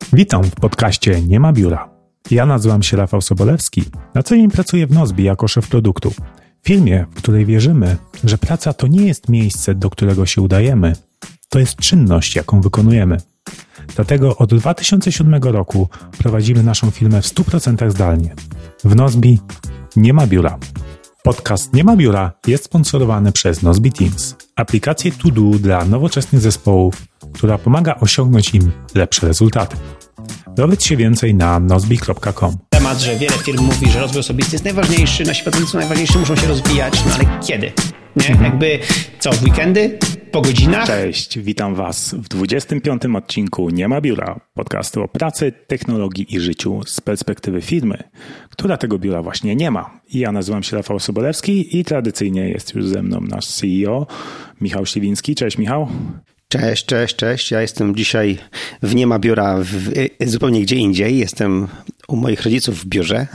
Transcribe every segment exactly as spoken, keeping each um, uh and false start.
Witam w podcaście Nie ma biura. Ja nazywam się Rafał Sobolewski. Na co dzień pracuję w Nozbi jako szef produktu. Firmie, w której wierzymy, że praca to nie jest miejsce, do którego się udajemy. To jest czynność, jaką wykonujemy. Dlatego od dwa tysiące siódmego roku prowadzimy naszą firmę w stu procentach zdalnie. W Nozbi nie ma biura. Podcast Nie ma biura jest sponsorowany przez Nozbi Teams, aplikację to do dla nowoczesnych zespołów, która pomaga osiągnąć im lepsze rezultaty. Dowiedz się więcej na nozbi kropka com. Temat, że wiele firm mówi, że rozwój osobisty jest najważniejszy, nasi pracownicy najważniejsi, muszą się rozwijać, no ale kiedy? Nie? Mhm. Jakby co, w weekendy? Po godzinach? Cześć, witam Was w dwudziestym piątym odcinku Nie ma biura, podcastu o pracy, technologii i życiu z perspektywy firmy, która tego biura właśnie nie ma. I ja nazywam się Rafał Sobolewski i tradycyjnie jest już ze mną nasz C E O Michał Śliwiński. Cześć Michał. Cześć, cześć, cześć. Ja jestem dzisiaj w nie ma biura w, zupełnie gdzie indziej. Jestem u moich rodziców w biurze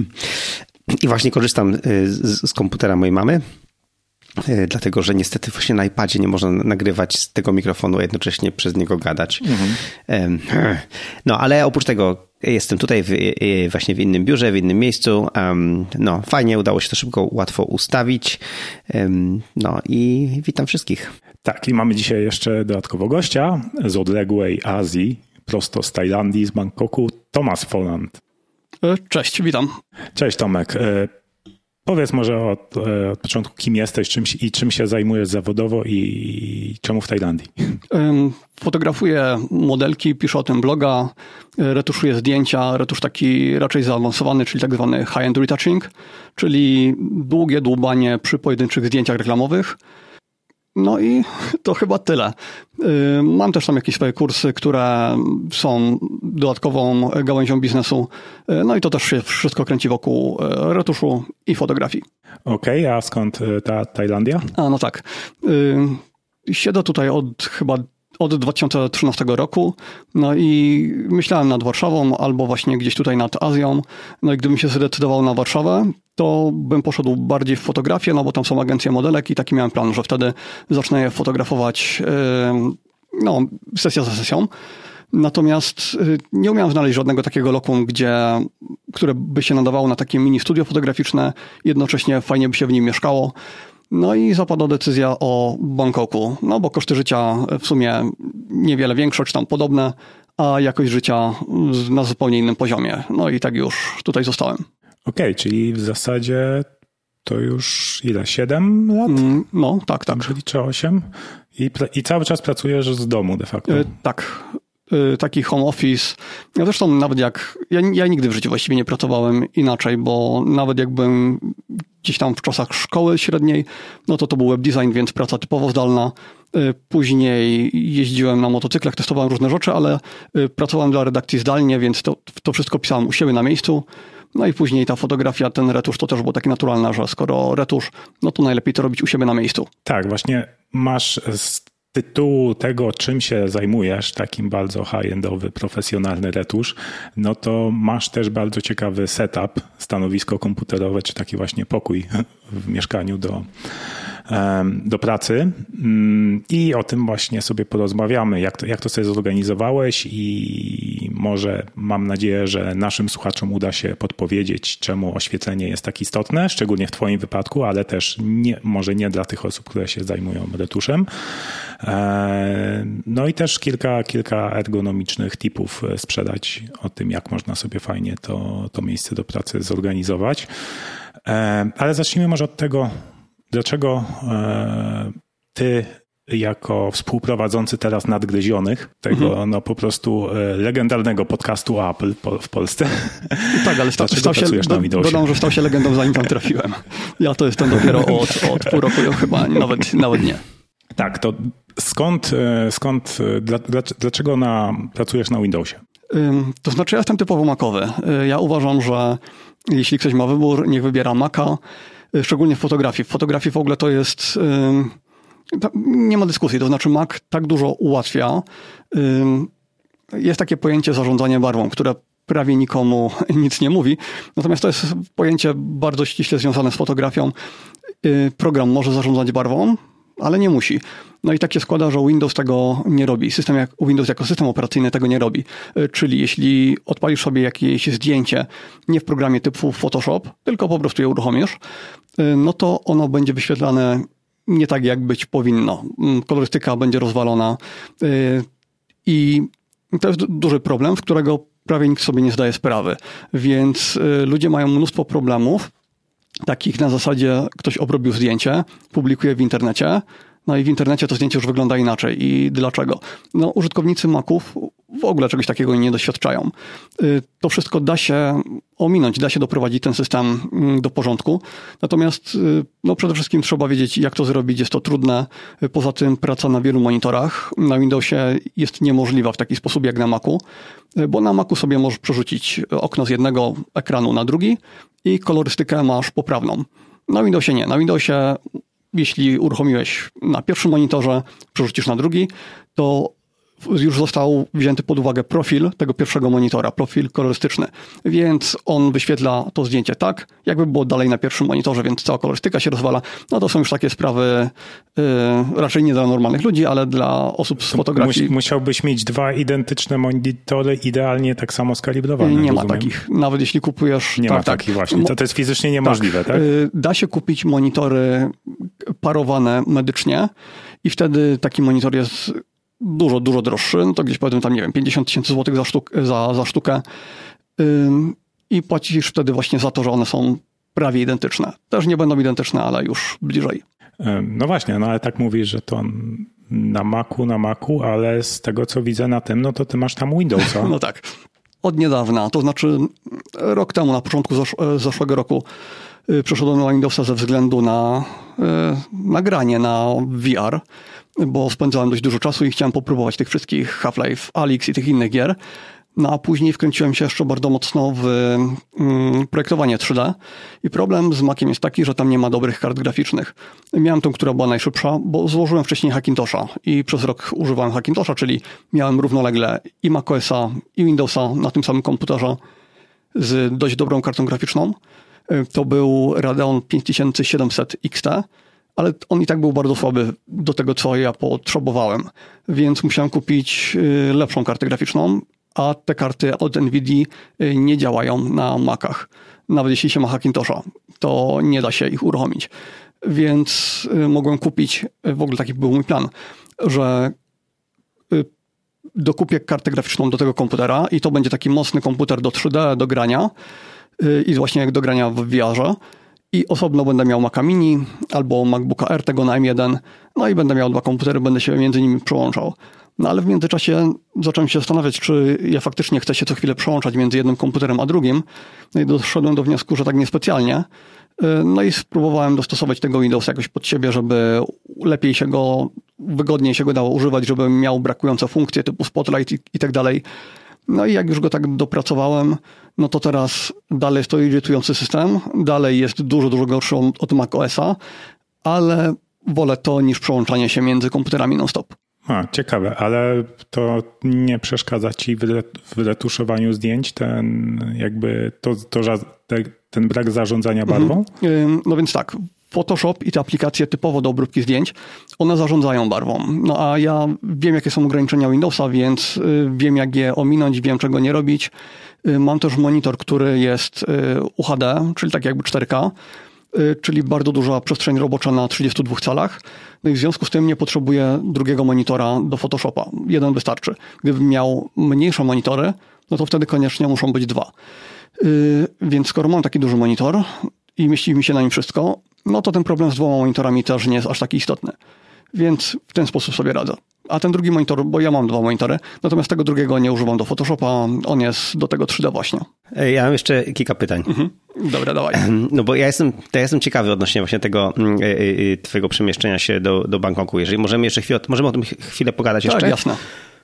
i właśnie korzystam z, z komputera mojej mamy. Dlatego, że niestety właśnie na iPadzie nie można nagrywać z tego mikrofonu, a jednocześnie przez niego gadać. Mhm. No, ale oprócz tego jestem tutaj w, właśnie w innym biurze, w innym miejscu. No, fajnie, udało się to szybko, łatwo ustawić. No i witam wszystkich. Tak, i mamy dzisiaj jeszcze dodatkowo gościa z odległej Azji, prosto z Tajlandii, z Bangkoku, Tomasz Folland. Cześć, witam. Cześć Tomek. Powiedz może od, od początku, kim jesteś czym, i czym się zajmujesz zawodowo i czemu w Tajlandii? Fotografuję modelki, piszę o tym bloga, retuszuję zdjęcia, retusz taki raczej zaawansowany, czyli tak zwany high-end retouching, czyli długie dłubanie przy pojedynczych zdjęciach reklamowych. No i to chyba tyle. Mam też tam jakieś swoje kursy, które są dodatkową gałęzią biznesu. No i to też się wszystko kręci wokół retuszu i fotografii. Okej, okay, a skąd ta Tajlandia? A no tak. Siedzę tutaj od chyba od dwa tysiące trzynastego roku. No i myślałem nad Warszawą albo właśnie gdzieś tutaj nad Azją. No i gdybym się zdecydował na Warszawę, to bym poszedł bardziej w fotografię, no bo tam są agencje modelek i taki miałem plan, że wtedy zacznę je fotografować no, sesja za sesją. Natomiast nie umiałem znaleźć żadnego takiego lokum, gdzie, które by się nadawało na takie mini studio fotograficzne, jednocześnie fajnie by się w nim mieszkało. No i zapadła decyzja o Bangkoku, no bo koszty życia w sumie niewiele większe, czy tam podobne, a jakość życia na zupełnie innym poziomie. No i tak już tutaj zostałem. Okej, okay, czyli w zasadzie to już ile? siedem lat? No, tak, tak. Czyli liczę osiem. I, I cały czas pracujesz z domu de facto. Yy, tak. Yy, taki home office. Ja zresztą nawet jak... Ja, ja nigdy w życiu właściwie nie pracowałem inaczej, bo nawet jakbym gdzieś tam w czasach szkoły średniej, no to to był web design, więc praca typowo zdalna. Yy, później jeździłem na motocyklach, testowałem różne rzeczy, ale yy, pracowałem dla redakcji zdalnie, więc to, to wszystko pisałem u siebie na miejscu. No i później ta fotografia, ten retusz, to też było takie naturalne, że skoro retusz, no to najlepiej to robić u siebie na miejscu. Tak, właśnie masz z tytułu tego, czym się zajmujesz, takim bardzo high-endowy, profesjonalny retusz, no to masz też bardzo ciekawy setup, stanowisko komputerowe, czy taki właśnie pokój w mieszkaniu do, do pracy. I o tym właśnie sobie porozmawiamy, jak to, jak to sobie zorganizowałeś i może mam nadzieję, że naszym słuchaczom uda się podpowiedzieć, czemu oświetlenie jest tak istotne, szczególnie w Twoim wypadku, ale też nie, może nie dla tych osób, które się zajmują retuszem. No i też kilka, kilka ergonomicznych tipów sprzedać o tym, jak można sobie fajnie to, to miejsce do pracy zorganizować. Ale zacznijmy może od tego, dlaczego ty jako współprowadzący teraz Nadgryzionych, tego mhm. no po prostu legendarnego podcastu o Apple w Polsce. Tak, ale sta, stał się, do, dodam, że stał się legendą, zanim tam trafiłem. Ja to jestem dopiero od, od pół roku, chyba nawet, nawet nie. Tak, to skąd, skąd dlaczego na, pracujesz na Windowsie? To znaczy ja jestem typowo Macowy. Ja uważam, że jeśli ktoś ma wybór, niech wybiera Maca, szczególnie w fotografii. W fotografii w ogóle to jest... Nie ma dyskusji, to znaczy Mac tak dużo ułatwia. Jest takie pojęcie zarządzanie barwą, które prawie nikomu nic nie mówi. Natomiast to jest pojęcie bardzo ściśle związane z fotografią. Program może zarządzać barwą, ale nie musi. No i tak się składa, że Windows tego nie robi. System jak, Windows jako system operacyjny tego nie robi. Czyli jeśli odpalisz sobie jakieś zdjęcie nie w programie typu Photoshop, tylko po prostu je uruchomisz, no to ono będzie wyświetlane nie tak, jak być powinno. Kolorystyka będzie rozwalona i to jest duży problem, z którego prawie nikt sobie nie zdaje sprawy. Więc ludzie mają mnóstwo problemów, takich na zasadzie ktoś obrobił zdjęcie, publikuje w internecie, no i w internecie to zdjęcie już wygląda inaczej. I dlaczego? No, użytkownicy Maców w ogóle czegoś takiego nie doświadczają. To wszystko da się ominąć, da się doprowadzić ten system do porządku. Natomiast no, przede wszystkim trzeba wiedzieć, jak to zrobić. Jest to trudne. Poza tym praca na wielu monitorach na Windowsie jest niemożliwa w taki sposób jak na Macu, bo na Macu sobie możesz przerzucić okno z jednego ekranu na drugi i kolorystykę masz poprawną. Na Windowsie nie. Na Windowsie jeśli uruchomiłeś na pierwszym monitorze, przerzucisz na drugi, to już został wzięty pod uwagę profil tego pierwszego monitora, profil kolorystyczny. Więc on wyświetla to zdjęcie tak, jakby było dalej na pierwszym monitorze, więc cała kolorystyka się rozwala. No to są już takie sprawy yy, raczej nie dla normalnych ludzi, ale dla osób z fotografii. Musiałbyś mieć dwa identyczne monitory, idealnie tak samo skalibrowane. Nie rozumiem. ma takich. Nawet jeśli kupujesz... Nie tak, ma tak. takich właśnie. To, to jest fizycznie niemożliwe, tak? tak? Yy, da się kupić monitory parowane medycznie i wtedy taki monitor jest dużo, dużo droższy, no to gdzieś powiedzmy tam, nie wiem, pięćdziesiąt tysięcy złotych za, sztuk, za, za sztukę ym, i płacisz wtedy właśnie za to, że one są prawie identyczne. Też nie będą identyczne, ale już bliżej. No właśnie, no ale tak mówisz, że to na Macu, na Macu, ale z tego co widzę na tym, no to ty masz tam Windowsa. No tak. Od niedawna, to znaczy rok temu, na początku zesz zeszłego roku przeszedłem na Windowsa ze względu na y, nagranie na V R, bo spędzałem dość dużo czasu i chciałem popróbować tych wszystkich Half-Life, Alyx i tych innych gier. No a później wkręciłem się jeszcze bardzo mocno w mm, projektowanie trzy D i problem z Maciem jest taki, że tam nie ma dobrych kart graficznych. Miałem tą, która była najszybsza, bo złożyłem wcześniej Hackintosha i przez rok używałem Hackintosha, czyli miałem równolegle i macOSa i Windowsa na tym samym komputerze z dość dobrą kartą graficzną. To był Radeon pięć tysięcy siedemset X T, ale on i tak był bardzo słaby do tego, co ja potrzebowałem, więc musiałem kupić lepszą kartę graficzną, a te karty od Nvidii nie działają na Macach. Nawet jeśli się ma Hackintosha, to nie da się ich uruchomić. Więc mogłem kupić, w ogóle taki był mój plan, że dokupię kartę graficzną do tego komputera i to będzie taki mocny komputer do trzy D, do grania i właśnie jak do grania w V R-ze. I osobno będę miał Maca Mini albo MacBooka Air tego na M jeden, no i będę miał dwa komputery, będę się między nimi przełączał. No ale w międzyczasie zacząłem się zastanawiać, czy ja faktycznie chcę się co chwilę przełączać między jednym komputerem a drugim. No i doszedłem do wniosku, że tak niespecjalnie. No i spróbowałem dostosować tego Windowsa jakoś pod siebie, żeby lepiej się go, wygodniej się go dało używać, żeby miał brakujące funkcje typu Spotlight i, i tak dalej. No i jak już go tak dopracowałem, no to teraz dalej jest to irytujący system, dalej jest dużo, dużo gorszy od macOSa, ale wolę to niż przełączanie się między komputerami non-stop. A, ciekawe, ale to nie przeszkadza ci w retuszowaniu zdjęć, ten jakby to, to, ten brak zarządzania barwą? Mhm. No więc tak, Photoshop i te aplikacje typowo do obróbki zdjęć, one zarządzają barwą. No a ja wiem, jakie są ograniczenia Windowsa, więc wiem, jak je ominąć, wiem, czego nie robić. Mam też monitor, który jest U H D, czyli tak jakby cztery K, czyli bardzo duża przestrzeń robocza na trzydziestu dwóch calach. No i w związku z tym nie potrzebuję drugiego monitora do Photoshopa. Jeden wystarczy. Gdybym miał mniejsze monitory, no to wtedy koniecznie muszą być dwa. Yy, więc skoro mam taki duży monitor i mieści mi się na nim wszystko, no to ten problem z dwoma monitorami też nie jest aż taki istotny. Więc w ten sposób sobie radzę. A ten drugi monitor, bo ja mam dwa monitory, natomiast tego drugiego nie używam do Photoshopa, on jest do tego trzy D właśnie. Ja mam jeszcze kilka pytań. Mhm. Dobra, dawaj. No bo ja jestem, ja jestem ciekawy odnośnie właśnie tego yy, twojego przemieszczenia się do, do Bangkoku. Jeżeli możemy jeszcze chwilę, możemy o tym chwilę pogadać tak, jeszcze? Jasne.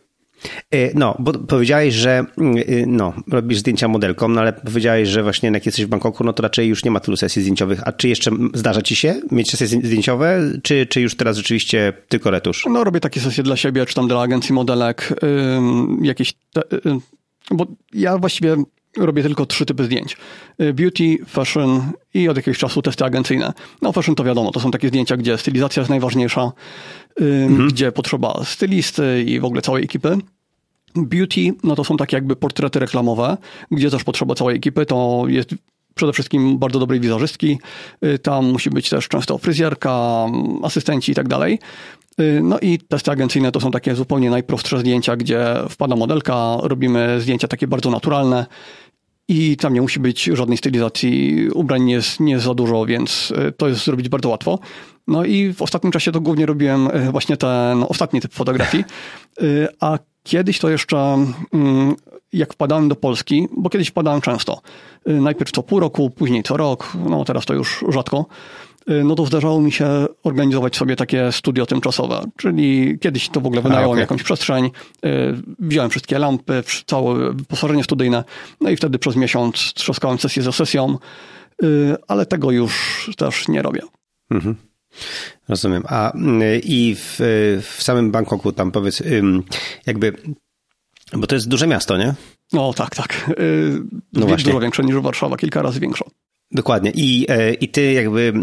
No, bo powiedziałeś, że no, robisz zdjęcia modelką, no ale powiedziałeś, że właśnie jak jesteś w Bangkoku, no to raczej już nie ma tylu sesji zdjęciowych. A czy jeszcze zdarza ci się mieć sesje zdjęciowe, czy, czy już teraz rzeczywiście tylko retusz? No robię takie sesje dla siebie, czy tam dla agencji modelek, yy, jakieś... Te, yy, bo ja właściwie robię tylko trzy typy zdjęć. Beauty, fashion i od jakiegoś czasu testy agencyjne. No fashion to wiadomo, to są takie zdjęcia, gdzie stylizacja jest najważniejsza, mhm. gdzie potrzeba stylisty i w ogóle całej ekipy. Beauty, no to są takie jakby portrety reklamowe, gdzie też potrzeba całej ekipy, to jest przede wszystkim bardzo dobrej wizerzystki, tam musi być też często fryzjerka, asystenci i tak dalej. No i testy agencyjne to są takie zupełnie najprostsze zdjęcia, gdzie wpada modelka, robimy zdjęcia takie bardzo naturalne i tam nie musi być żadnej stylizacji, ubrań nie jest, nie jest za dużo, więc to jest zrobić bardzo łatwo. No i w ostatnim czasie to głównie robiłem właśnie ten ostatni typ fotografii, a kiedyś to jeszcze, jak wpadałem do Polski, bo kiedyś wpadałem często, najpierw co pół roku, później co rok, no teraz to już rzadko, no to zdarzało mi się organizować sobie takie studio tymczasowe, czyli kiedyś to w ogóle wynająłem A, okay. jakąś przestrzeń, wziąłem wszystkie lampy, całe wyposażenie studyjne, no i wtedy przez miesiąc trzaskałem sesję za sesją, ale tego już też nie robię. Mhm. Rozumiem. A i w, w samym Bangkoku tam powiedz, jakby, bo to jest duże miasto, nie? No tak, tak. No właśnie. Dużo większe niż Warszawa, kilka razy większe. Dokładnie. I, i ty jakby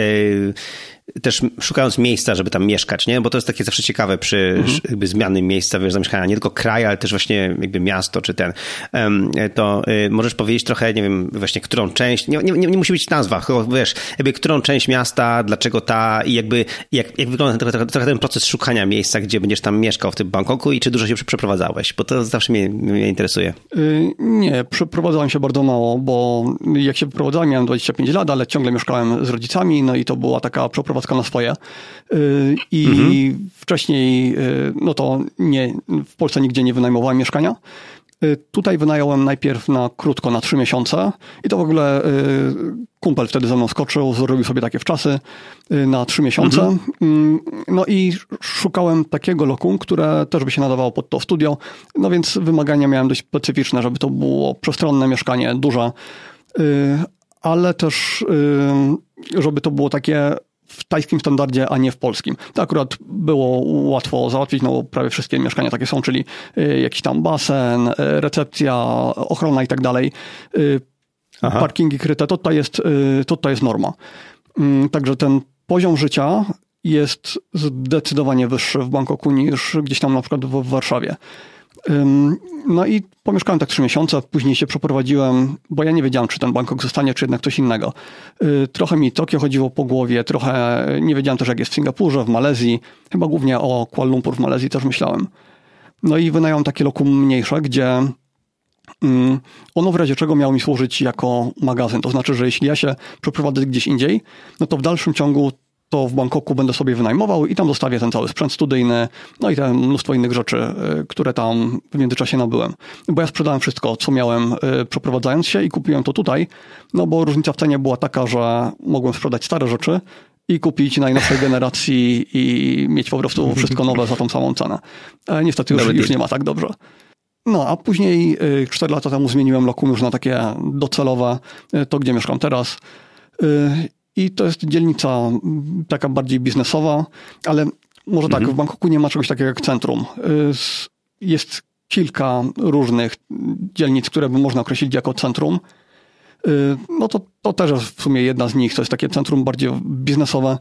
też szukając miejsca, żeby tam mieszkać, nie? Bo to jest takie zawsze ciekawe przy mhm. jakby zmiany miejsca, wiesz, zamieszkania, nie tylko kraju, ale też właśnie jakby miasto, czy ten. To możesz powiedzieć trochę, nie wiem, właśnie którą część, nie, nie, nie musi być nazwa, wiesz, jakby którą część miasta, dlaczego ta i jakby jak, jak wygląda trochę, trochę ten proces szukania miejsca, gdzie będziesz tam mieszkał w tym Bangkoku i czy dużo się przeprowadzałeś? Bo to zawsze mnie, mnie interesuje. Nie, przeprowadzałem się bardzo mało, bo jak się wyprowadzałem, miałem dwadzieścia pięć lat, ale ciągle mieszkałem z rodzicami, no i to była taka przeprowadzka na swoje. I mhm. wcześniej, no to nie, w Polsce nigdzie nie wynajmowałem mieszkania. Tutaj wynająłem najpierw na krótko, na trzy miesiące i to w ogóle kumpel wtedy ze mną skoczył, zrobił sobie takie wczasy na trzy miesiące. Mhm. No i szukałem takiego lokum, które też by się nadawało pod to studio, no więc wymagania miałem dość specyficzne, żeby to było przestronne mieszkanie, duże, ale też żeby to było takie w tajskim standardzie, a nie w polskim. To akurat było łatwo załatwić, no prawie wszystkie mieszkania takie są, czyli jakiś tam basen, recepcja, ochrona i tak dalej. Aha. Parkingi kryte, to tutaj jest, to tutaj jest norma. Także ten poziom życia jest zdecydowanie wyższy w Bangkoku niż gdzieś tam na przykład w Warszawie. No i pomieszkałem tak trzy miesiące, później się przeprowadziłem, bo ja nie wiedziałem, czy ten Bangkok zostanie, czy jednak coś innego. Trochę mi Tokio chodziło po głowie, trochę nie wiedziałem też, jak jest w Singapurze, w Malezji, chyba głównie o Kuala Lumpur w Malezji też myślałem. No i wynająłem takie lokum mniejsze, gdzie ono w razie czego miało mi służyć jako magazyn. To znaczy, że jeśli ja się przeprowadzę gdzieś indziej, no to w dalszym ciągu to w Bangkoku będę sobie wynajmował i tam zostawię ten cały sprzęt studyjny, no i te mnóstwo innych rzeczy, które tam w międzyczasie nabyłem. Bo ja sprzedałem wszystko, co miałem przeprowadzając się i kupiłem to tutaj, no bo różnica w cenie była taka, że mogłem sprzedać stare rzeczy i kupić najnowszej generacji i mieć po prostu wszystko nowe za tą samą cenę. Niestety już, już nie ma tak dobrze. No, a później cztery lata temu zmieniłem lokum już na takie docelowe, to gdzie mieszkam teraz. I to jest dzielnica taka bardziej biznesowa, ale może tak, mhm. w Bangkoku nie ma czegoś takiego jak centrum. Jest kilka różnych dzielnic, które by można określić jako centrum. No to, to też jest w sumie jedna z nich, to jest takie centrum bardziej biznesowe.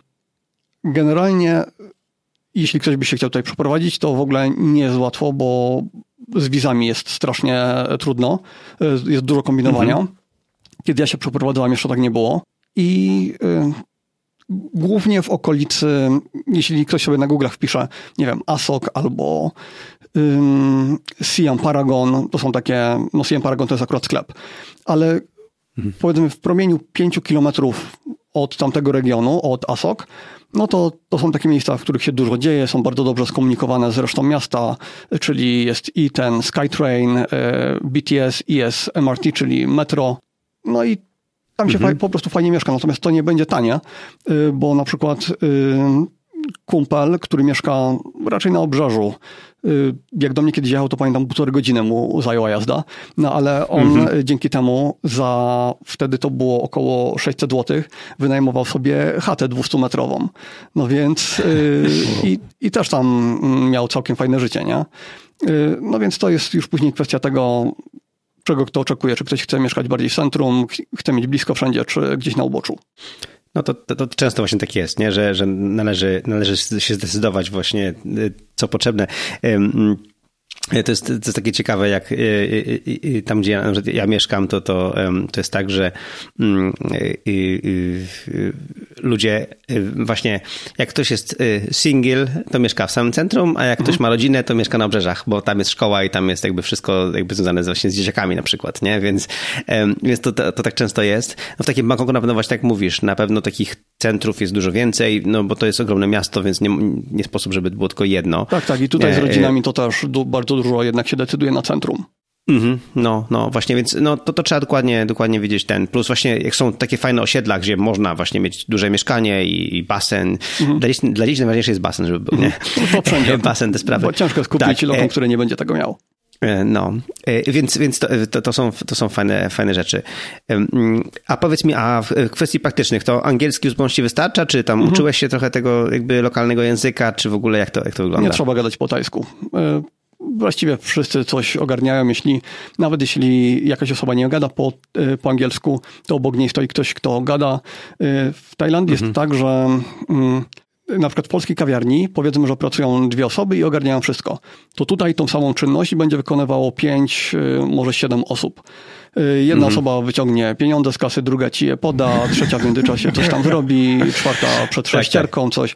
Generalnie, jeśli ktoś by się chciał tutaj przeprowadzić, to w ogóle nie jest łatwo, bo z wizami jest strasznie trudno. Jest dużo kombinowania. Mhm. Kiedy ja się przeprowadzałem, jeszcze tak nie było. I y, głównie w okolicy, jeśli ktoś sobie na Google'ach wpisze, nie wiem, Asok albo y, Siam Paragon, to są takie, no Siam Paragon to jest akurat sklep, ale mhm. powiedzmy w promieniu pięciu kilometrów od tamtego regionu, od Asok, no to, to są takie miejsca, w których się dużo dzieje, są bardzo dobrze skomunikowane z resztą miasta, czyli jest i ten Skytrain, y, B T S, I S, M R T, czyli metro, no i tam się mhm. po prostu fajnie mieszka, natomiast to nie będzie tanie, bo na przykład kumpel, który mieszka raczej na obrzeżu, jak do mnie kiedyś jechał, to pamiętam półtorej godziny mu zajęła jazda, no ale on mhm. dzięki temu za, wtedy to było około sześćset złotych, wynajmował sobie chatę dwustumetrową. No więc i, i też tam miał całkiem fajne życie, nie? No więc to jest już później kwestia tego, czego kto oczekuje, czy ktoś chce mieszkać bardziej w centrum, chce mieć blisko wszędzie, czy gdzieś na uboczu. No to, to, to często właśnie tak jest, nie? Że, że należy, należy się zdecydować właśnie, co potrzebne. To jest, to jest takie ciekawe, jak tam, gdzie ja, ja mieszkam, to, to, to jest tak, że ludzie właśnie, jak ktoś jest single, to mieszka w samym centrum, a jak ktoś ma rodzinę, to mieszka na obrzeżach, bo tam jest szkoła i tam jest jakby wszystko jakby związane właśnie z dzieciakami na przykład, nie? Więc, więc to, to, to tak często jest. No w takim Bangkoku na pewno właśnie tak mówisz, na pewno takich centrów jest dużo więcej, no bo to jest ogromne miasto, więc nie, nie sposób, żeby było tylko jedno. Tak, tak i tutaj z rodzinami to też bardzo dużo jednak się decyduje na centrum. Mm-hmm, no, no właśnie, więc no, to, to trzeba dokładnie, dokładnie widzieć ten. Plus właśnie jak są takie fajne osiedla, gdzie można właśnie mieć duże mieszkanie i, i basen. Mm-hmm. Dla, dzieci, dla dzieci najważniejszy jest basen, żeby był, nie? To wszędzie. Basen, te sprawy. Bo ciężko skupić tak, lokum, który nie będzie tego miał. No, więc, więc to, to, to, są, to są fajne, fajne rzeczy. A powiedz mi, a w kwestii praktycznych, to angielski zupełnie ci wystarcza? Czy tam mhm. uczyłeś się trochę tego jakby lokalnego języka? Czy w ogóle jak to, jak to wygląda? Nie trzeba gadać po tajsku. Właściwie wszyscy coś ogarniają, jeśli, nawet jeśli jakaś osoba nie gada po, po angielsku, to obok niej stoi ktoś, kto gada. W Tajlandii mhm. jest tak, że na przykład w polskiej kawiarni powiedzmy, że pracują dwie osoby i ogarniają wszystko. To tutaj tą samą czynność będzie wykonywało pięć, może siedem osób. Jedna mhm. osoba wyciągnie pieniądze z kasy, druga ci je poda, trzecia w międzyczasie coś tam zrobi, czwarta przed sześcierką coś.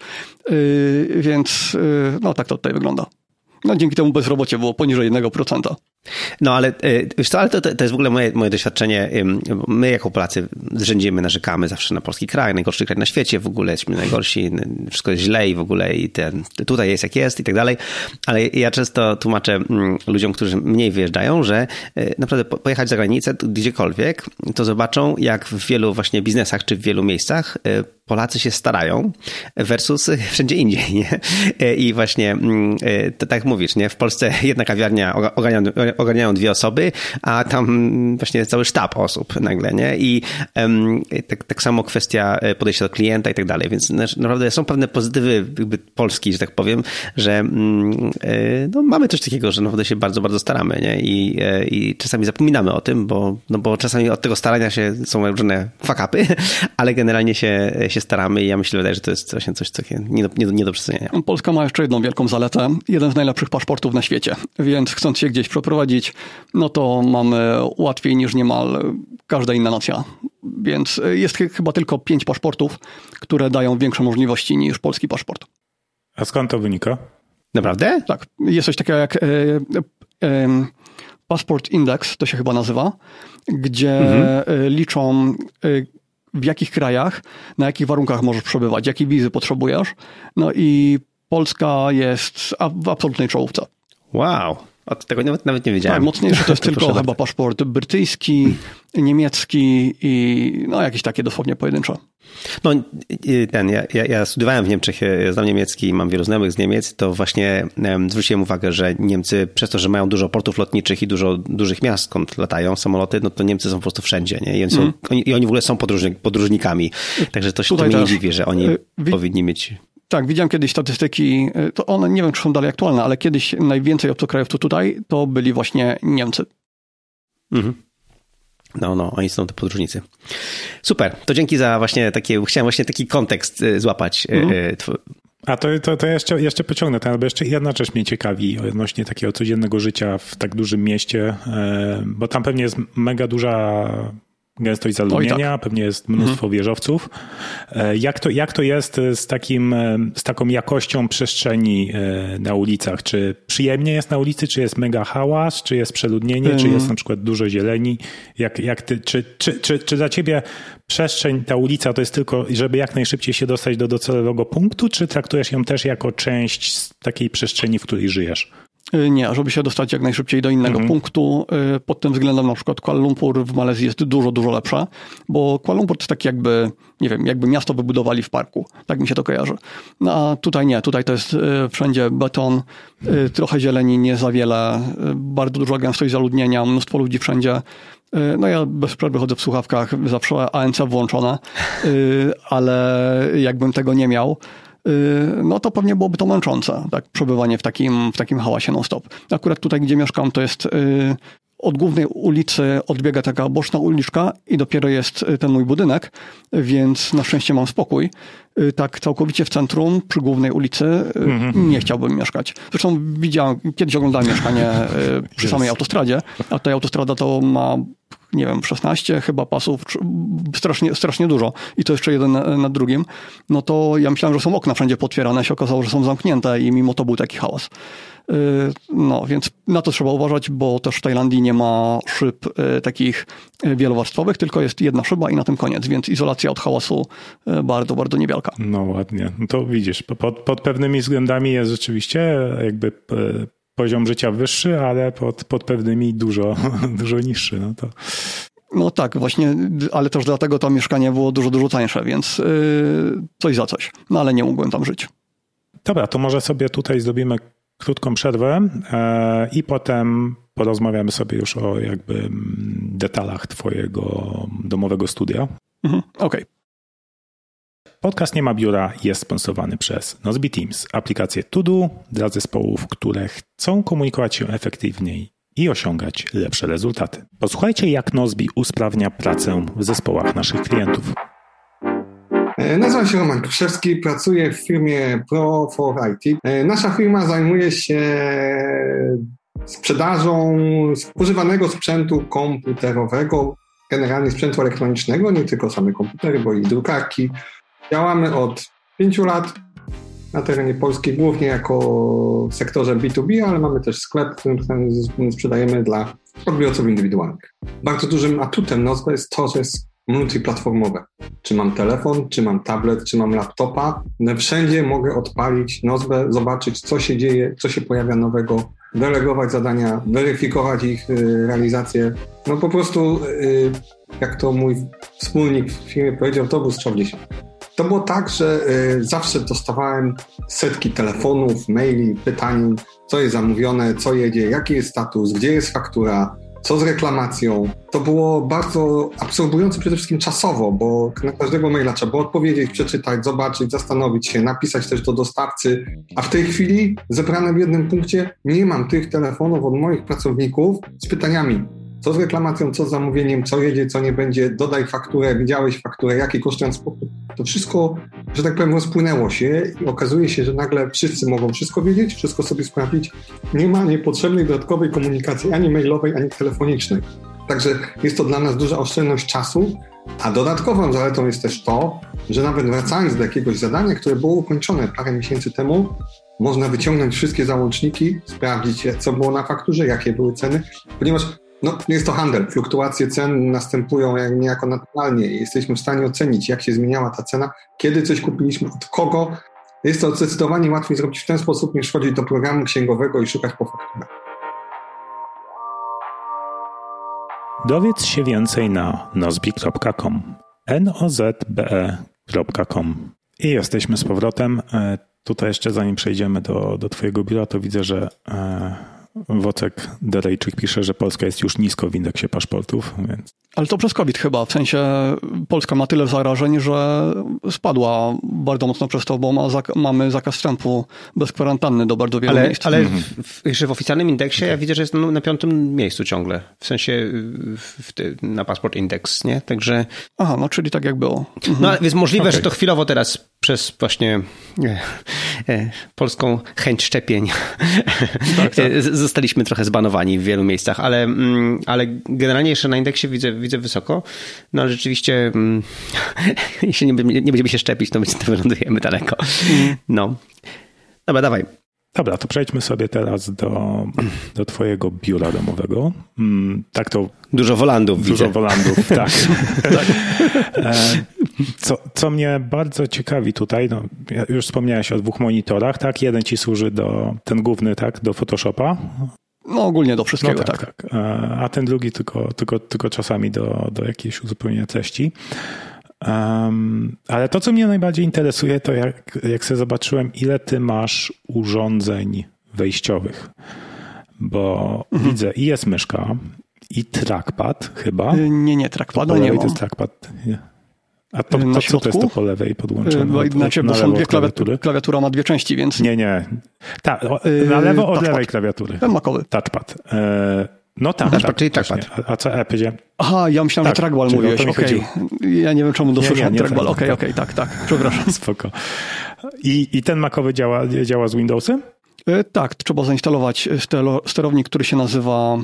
Więc no tak to tutaj wygląda. No dzięki temu bezrobocie było poniżej jednego procenta. No ale wiesz co, ale to, to jest w ogóle moje, moje doświadczenie. My jako Polacy zrzędzimy, narzekamy zawsze na polski kraj, najgorszy kraj na świecie, w ogóle jesteśmy najgorsi, wszystko jest źle i w ogóle i ten, tutaj jest jak jest i tak dalej. Ale ja często tłumaczę ludziom, którzy mniej wyjeżdżają, że naprawdę pojechać za granicę gdziekolwiek, to zobaczą jak w wielu właśnie biznesach czy w wielu miejscach Polacy się starają versus wszędzie indziej, nie? I właśnie to tak mówisz, nie? W Polsce jedna kawiarnia ogarnia, ogarniają dwie osoby, a tam właśnie cały sztab osób nagle, nie? I um, tak, tak samo kwestia podejścia do klienta i tak dalej, więc naprawdę są pewne pozytywy jakby Polski, że tak powiem, że no, mamy coś takiego, że naprawdę się bardzo, bardzo staramy, nie? I, i czasami zapominamy o tym, bo, no bo czasami od tego starania się są różne fuck-upy, ale generalnie się, się staramy i ja myślę, wydaje, że to jest właśnie coś takie nie do, nie do, nie do przecenienia. Polska ma jeszcze jedną wielką zaletę, jeden z najlepszych paszportów na świecie, więc chcąc się gdzieś przeprowadzić, no to mamy łatwiej niż niemal każda inna nacja. Więc jest chyba tylko pięć paszportów, które dają większe możliwości niż polski paszport. A skąd to wynika? Naprawdę? Tak. Jest coś takiego jak e, e, Passport Index, to się chyba nazywa, gdzie mhm. liczą w jakich krajach, na jakich warunkach możesz przebywać, jakie wizy potrzebujesz. No i Polska jest w absolutnej czołówce. Wow, od tego nawet, nawet nie wiedziałem. Tak, mocniejszy to jest to tylko chyba paszport brytyjski, niemiecki i no jakieś takie dosłownie pojedyncze. No ten, ja, ja, ja studiowałem w Niemczech, ja znam niemiecki i mam wielu znajomych z Niemiec, to właśnie um, zwróciłem uwagę, że Niemcy przez to, że mają dużo portów lotniczych i dużo dużych miast, skąd latają samoloty, no to Niemcy są po prostu wszędzie, nie? I oni, są, mm. oni, i oni w ogóle są podróżni, podróżnikami, także to, to mnie nie dziwi, że oni wi- powinni mieć... Tak, widziałem kiedyś statystyki, to one nie wiem, czy są dalej aktualne, ale kiedyś najwięcej obcokrajowców to tutaj to byli właśnie Niemcy. Mhm. No, no, oni są to podróżnicy. Super, to dzięki za właśnie takie, chciałem właśnie taki kontekst złapać. Mhm. A to, to, to jeszcze, jeszcze pociągnę ten, albo jeszcze jedna rzecz mnie ciekawi odnośnie takiego codziennego życia w tak dużym mieście, bo tam pewnie jest mega duża gęstość zaludnienia, tak. Pewnie jest mnóstwo mhm. wieżowców. Jak to, jak to jest z takim, z taką jakością przestrzeni na ulicach? Czy przyjemnie jest na ulicy, czy jest mega hałas, czy jest przeludnienie, hmm. czy jest na przykład dużo zieleni? Jak, jak ty, czy, czy, czy, czy dla ciebie przestrzeń, ta ulica to jest tylko, żeby jak najszybciej się dostać do docelowego punktu, czy traktujesz ją też jako część z takiej przestrzeni, w której żyjesz? Nie, żeby się dostać jak najszybciej do innego mhm. punktu. Pod tym względem na przykład Kuala Lumpur w Malezji jest dużo, dużo lepsze, bo Kuala Lumpur to jest tak jakby, nie wiem, jakby miasto wybudowali w parku. Tak mi się to kojarzy. No a tutaj nie, tutaj to jest wszędzie beton, trochę zieleni, nie za wiele, bardzo duża gęstość zaludnienia, mnóstwo ludzi wszędzie. No ja bez przerwy chodzę w słuchawkach, zawsze A N C włączone, ale jakbym tego nie miał, no to pewnie byłoby to męczące, tak, przebywanie w takim, w takim hałasie non-stop. Akurat tutaj, gdzie mieszkam, to jest od głównej ulicy odbiega taka boczna uliczka i dopiero jest ten mój budynek, więc na szczęście mam spokój. Tak całkowicie w centrum, przy głównej ulicy mhm. nie chciałbym mieszkać. Zresztą widziałem, kiedyś oglądałem mieszkanie przy samej autostradzie, a ta autostrada to ma, nie wiem, szesnaście chyba pasów, strasznie, strasznie dużo i to jeszcze jeden nad drugim. No to ja myślałem, że są okna wszędzie potwierane, się okazało, że są zamknięte i mimo to był taki hałas. No, więc na to trzeba uważać, bo też w Tajlandii nie ma szyb takich wielowarstwowych, tylko jest jedna szyba i na tym koniec, więc izolacja od hałasu bardzo, bardzo niewielka. No ładnie. No to widzisz, pod, pod pewnymi względami jest rzeczywiście jakby poziom życia wyższy, ale pod, pod pewnymi dużo, dużo niższy. No to... No tak, właśnie, ale też dlatego to mieszkanie było dużo, dużo tańsze, więc yy, coś za coś. No ale nie mógłbym tam żyć. Dobra, to może sobie tutaj zrobimy krótką przerwę e, i potem porozmawiamy sobie już o jakby detalach twojego domowego studia. Mhm, okej. Okay. Podcast Nie ma biura jest sponsorowany przez Nozbe Teams, aplikację To Do dla zespołów, które chcą komunikować się efektywniej i osiągać lepsze rezultaty. Posłuchajcie, jak Nozbe usprawnia pracę w zespołach naszych klientów. Nazywam się Roman Kruszewski, pracuję w firmie Pro for I T. Nasza firma zajmuje się sprzedażą używanego sprzętu komputerowego, generalnie sprzętu elektronicznego, nie tylko same komputery, bo i drukarki. Działamy od pięciu lat na terenie Polski, głównie jako w sektorze B dwa B, ale mamy też sklep, w którym sprzedajemy dla odbiorców indywidualnych. Bardzo dużym atutem Nozbe jest to, że jest multiplatformowe. Czy mam telefon, czy mam tablet, czy mam laptopa, wszędzie mogę odpalić Nozbe, zobaczyć, co się dzieje, co się pojawia nowego, delegować zadania, weryfikować ich realizację. No po prostu, jak to mój wspólnik w firmie powiedział, to był strzał w dziesiąt. To było tak, że zawsze dostawałem setki telefonów, maili, pytań, co jest zamówione, co jedzie, jaki jest status, gdzie jest faktura, co z reklamacją. To było bardzo absorbujące przede wszystkim czasowo, bo na każdego maila trzeba było odpowiedzieć, przeczytać, zobaczyć, zastanowić się, napisać też do dostawcy. A w tej chwili zebrane w jednym punkcie nie mam tych telefonów od moich pracowników z pytaniami, co z reklamacją, co z zamówieniem, co jedzie, co nie będzie, dodaj fakturę, widziałeś fakturę, jaki koszt transportu. To wszystko, że tak powiem, rozpłynęło się i okazuje się, że nagle wszyscy mogą wszystko wiedzieć, wszystko sobie sprawdzić. Nie ma niepotrzebnej dodatkowej komunikacji ani mailowej, ani telefonicznej. Także jest to dla nas duża oszczędność czasu, a dodatkową zaletą jest też to, że nawet wracając do jakiegoś zadania, które było ukończone parę miesięcy temu, można wyciągnąć wszystkie załączniki, sprawdzić, co było na fakturze, jakie były ceny, ponieważ no, jest to handel. Fluktuacje cen następują jak niejako naturalnie i jesteśmy w stanie ocenić, jak się zmieniała ta cena, kiedy coś kupiliśmy, od kogo. Jest to zdecydowanie łatwiej zrobić w ten sposób, niż wchodzić do programu księgowego i szukać po fakturach. Dowiedz się więcej na nozbe kropka com. N O Z B E kropka com. I jesteśmy z powrotem. Tutaj jeszcze zanim przejdziemy do, do twojego biura, to widzę, że Wocek Derejczyk pisze, że Polska jest już nisko w indeksie paszportów. Więc... Ale to przez COVID chyba, w sensie Polska ma tyle zarażeń, że spadła bardzo mocno przez to, bo ma zak- mamy zakaz wstępu bez kwarantanny do bardzo wielu ale, miejsc. Ale w, w, jeszcze w oficjalnym indeksie okay. ja widzę, że jest na, na piątym miejscu ciągle, w sensie w, w, na Passport Index, nie? Także... Aha, no czyli tak jak było. Mhm. No ale jest możliwe, okay. że to chwilowo teraz przez właśnie e, e, polską chęć szczepień tak, tak. zostaliśmy trochę zbanowani w wielu miejscach, ale, mm, ale generalnie jeszcze na indeksie widzę, widzę wysoko, no ale rzeczywiście mm, jeśli nie, nie będziemy się szczepić, to my wylądujemy daleko. Mm. No. Dobra, dawaj. Dobra, to przejdźmy sobie teraz do, do twojego biura domowego. Tak to... Dużo wolandów Dużo widzę. wolandów, tak. tak. Co, co mnie bardzo ciekawi tutaj, no, już wspomniałeś o dwóch monitorach, tak? Jeden ci służy do, ten główny, tak, do Photoshopa. No ogólnie do wszystkiego, no tak, tak. tak. A ten drugi tylko, tylko, tylko czasami do, do jakiejś uzupełnienia treści. Um, ale to, co mnie najbardziej interesuje, to jak, jak sobie zobaczyłem, ile ty masz urządzeń wejściowych. Bo mhm. widzę i jest myszka, i trackpad chyba. Nie, nie, trackpada nie mam. To jest trackpad. Nie. A to, to co to jest to po lewej podłączone? Bo, znaczy, bo są dwie klawiatury. Klawiatura ma dwie części, więc... Nie, nie. Ta, na lewo od tak, lewej klawiatury. Ten makowy. Touchpad. E, No tak, Touchpad, tak, czyli trackpad. A, a co E powiedziałem? Aha, ja myślałem, tak, że trackball mówiłeś. Okej. Okay. Ja nie wiem, czemu dosłyszałem trackball. Okej, okej, tak, tak. Przepraszam. Spoko. I, I ten makowy działa, działa z Windowsem? Tak, trzeba zainstalować sterownik, który się nazywa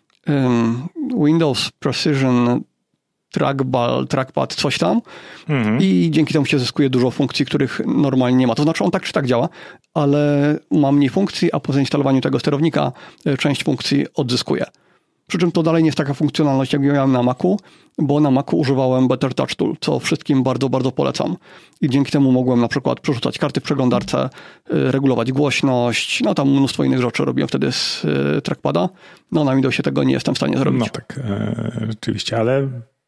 um, Windows Precision Trackball, Trackpad, coś tam mhm. i dzięki temu się zyskuje dużo funkcji, których normalnie nie ma. To znaczy on tak czy tak działa, ale ma mniej funkcji, a po zainstalowaniu tego sterownika część funkcji odzyskuje. Przy czym to dalej nie jest taka funkcjonalność, jak miałem na Macu, bo na Macu używałem Better Touch Tool, co wszystkim bardzo, bardzo polecam. I dzięki temu mogłem na przykład przerzucać karty w przeglądarce, regulować głośność, no tam mnóstwo innych rzeczy robiłem wtedy z trackpada. No na Windowsie tego nie jestem w stanie zrobić. No tak, e, rzeczywiście, ale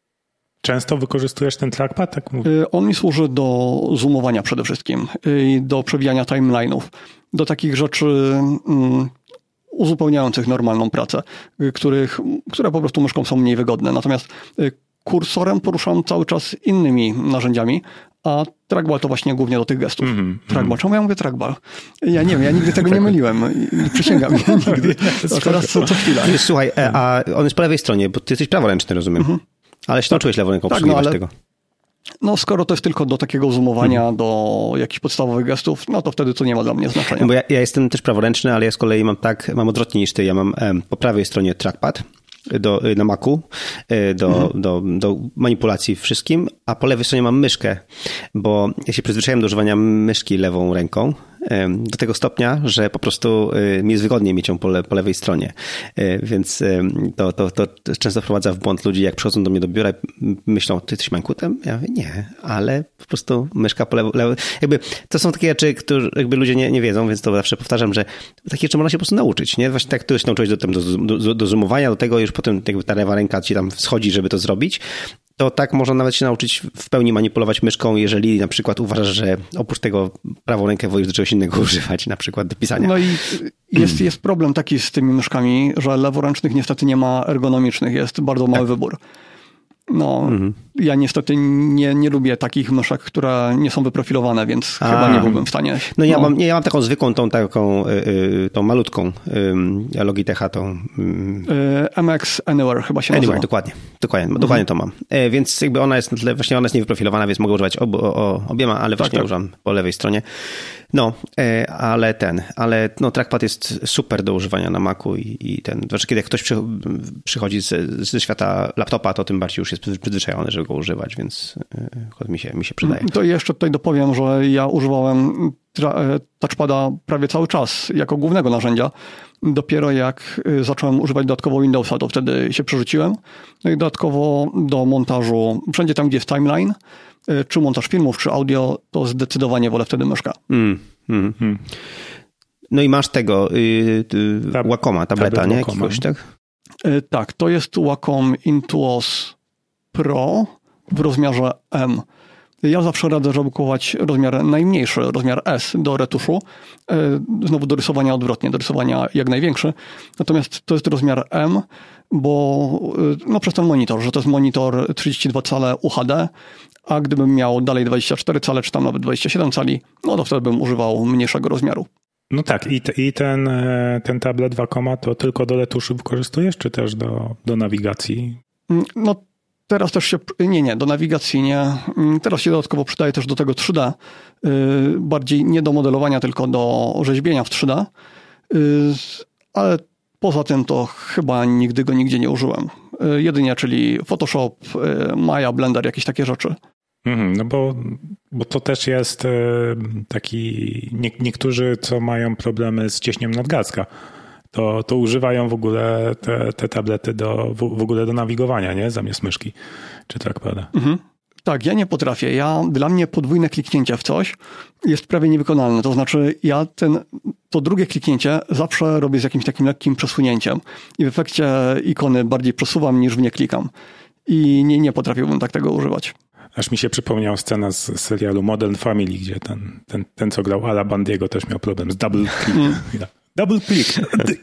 często wykorzystujesz ten trackpad? Tak mówię. On mi służy do zoomowania przede wszystkim i do przewijania timeline'ów, do takich rzeczy mm, uzupełniających normalną pracę, których, które po prostu myszką są mniej wygodne. Natomiast kursorem poruszam cały czas innymi narzędziami, a trackball to właśnie głównie do tych gestów. Mm, trackball. Czemu ja mówię trackball? Ja nie wiem, ja nigdy tego nie myliłem. Przysięgam, nigdy. A teraz co, co chwila. Słuchaj, a on jest po lewej stronie, bo ty jesteś praworęczny, rozumiem. Mm-hmm. Ale się tak, nauczyłeś lewą ręką tak, obsługiwać no, ale, tego. No skoro to jest tylko do takiego zoomowania, hmm. do jakichś podstawowych gestów, no to wtedy to nie ma dla mnie znaczenia. Bo ja, ja jestem też praworęczny, ale ja z kolei mam tak, mam odwrotnie niż ty. Ja mam um, po prawej stronie trackpad do, na Macu do, mhm. do, do manipulacji wszystkim, a po lewej stronie mam myszkę, bo ja się przyzwyczaiłem do używania myszki lewą ręką do tego stopnia, że po prostu mi jest wygodniej mieć ją po, le, po lewej stronie. Więc to, to, to często wprowadza w błąd ludzi, jak przychodzą do mnie do biura i myślą, ty jesteś mankutem? Ja mówię, nie, ale po prostu myszka po lewej. Lewo, jakby to są takie rzeczy, które jakby ludzie nie, nie wiedzą, więc to zawsze powtarzam, że takie rzeczy można się po prostu nauczyć. Nie? Właśnie tak, ty się nauczyłeś do, do, do, do zoomowania, do tego już potem jakby ta lewa ręka ci tam schodzi, żeby to zrobić. To tak można nawet się nauczyć w pełni manipulować myszką, jeżeli na przykład uważasz, że oprócz tego prawą rękę wolisz do czegoś innego używać, na przykład do pisania. No i jest, jest problem taki z tymi myszkami, że leworęcznych niestety nie ma ergonomicznych, jest bardzo mały tak. wybór. No, mhm. ja niestety nie, nie lubię takich myszek, które nie są wyprofilowane, więc A. chyba nie byłbym w stanie. No ja, no. Mam, nie, ja mam taką zwykłą, tą taką, yy, tą malutką yy, Logitecha, tą... Yy, M X Anywhere chyba się Anywhere, nazywa. dokładnie. Dokładnie, mhm. dokładnie to mam. Yy, więc jakby ona jest, właśnie ona jest niewyprofilowana, więc mogę używać obu, o, o, obiema, ale właśnie tak, tak. używam po lewej stronie. No, yy, ale ten, ale no, trackpad jest super do używania na Macu i, i ten, znaczy kiedy ktoś przy, przychodzi z, ze świata laptopa, to tym bardziej już jest przyzwyczajony, żeby go używać, więc yy, mi się, mi się przydaje. To jeszcze tutaj dopowiem, że ja używałem tra- touchpada prawie cały czas jako głównego narzędzia. Dopiero jak zacząłem używać dodatkowo Windowsa, to wtedy się przerzuciłem. No i dodatkowo do montażu, wszędzie tam, gdzie jest timeline, czy montaż filmów, czy audio, to zdecydowanie wolę wtedy myszka. Mm, mm, mm. No i masz tego yy, yy, Wacoma, tableta, nie? Jakiegoś, tak? Yy, tak, to jest Wacom Intuos Pro w rozmiarze M. Ja zawsze radzę, żeby kupować rozmiar najmniejszy, rozmiar S do retuszu. Znowu do rysowania odwrotnie, do rysowania jak największy. Natomiast to jest rozmiar M, bo no przez ten monitor, że to jest monitor trzydzieści dwa cale U H D, a gdybym miał dalej dwadzieścia cztery cale, czy tam nawet dwadzieścia siedem cali, no to wtedy bym używał mniejszego rozmiaru. No tak, i, te, i ten, ten tablet Wacoma to tylko do retuszu wykorzystujesz, czy też do, do nawigacji? No teraz też się, nie, nie, do nawigacji nie. Teraz się dodatkowo przydaje też do tego trzy D. Bardziej nie do modelowania, tylko do rzeźbienia w trzy D. Ale poza tym to chyba nigdy go nigdzie nie użyłem. Jedynie, czyli Photoshop, Maya, Blender, jakieś takie rzeczy. Mhm, no bo, bo to też jest taki, nie, niektórzy co mają problemy z ciśnieniem nadgarska, to, to używają w ogóle te, te tablety do, w, w ogóle do nawigowania, nie? Zamiast myszki czy trackpada. Mhm. Tak, ja nie potrafię. Ja, dla mnie podwójne kliknięcie w coś jest prawie niewykonalne. To znaczy ja ten, to drugie kliknięcie zawsze robię z jakimś takim lekkim przesunięciem i w efekcie ikony bardziej przesuwam niż w nie klikam. I nie, nie potrafiłbym tak tego używać. Aż mi się przypomniała scena z serialu Modern Family, gdzie ten, ten, ten co grał Ala Bandiego, też miał problem z double click. Mm. Double click.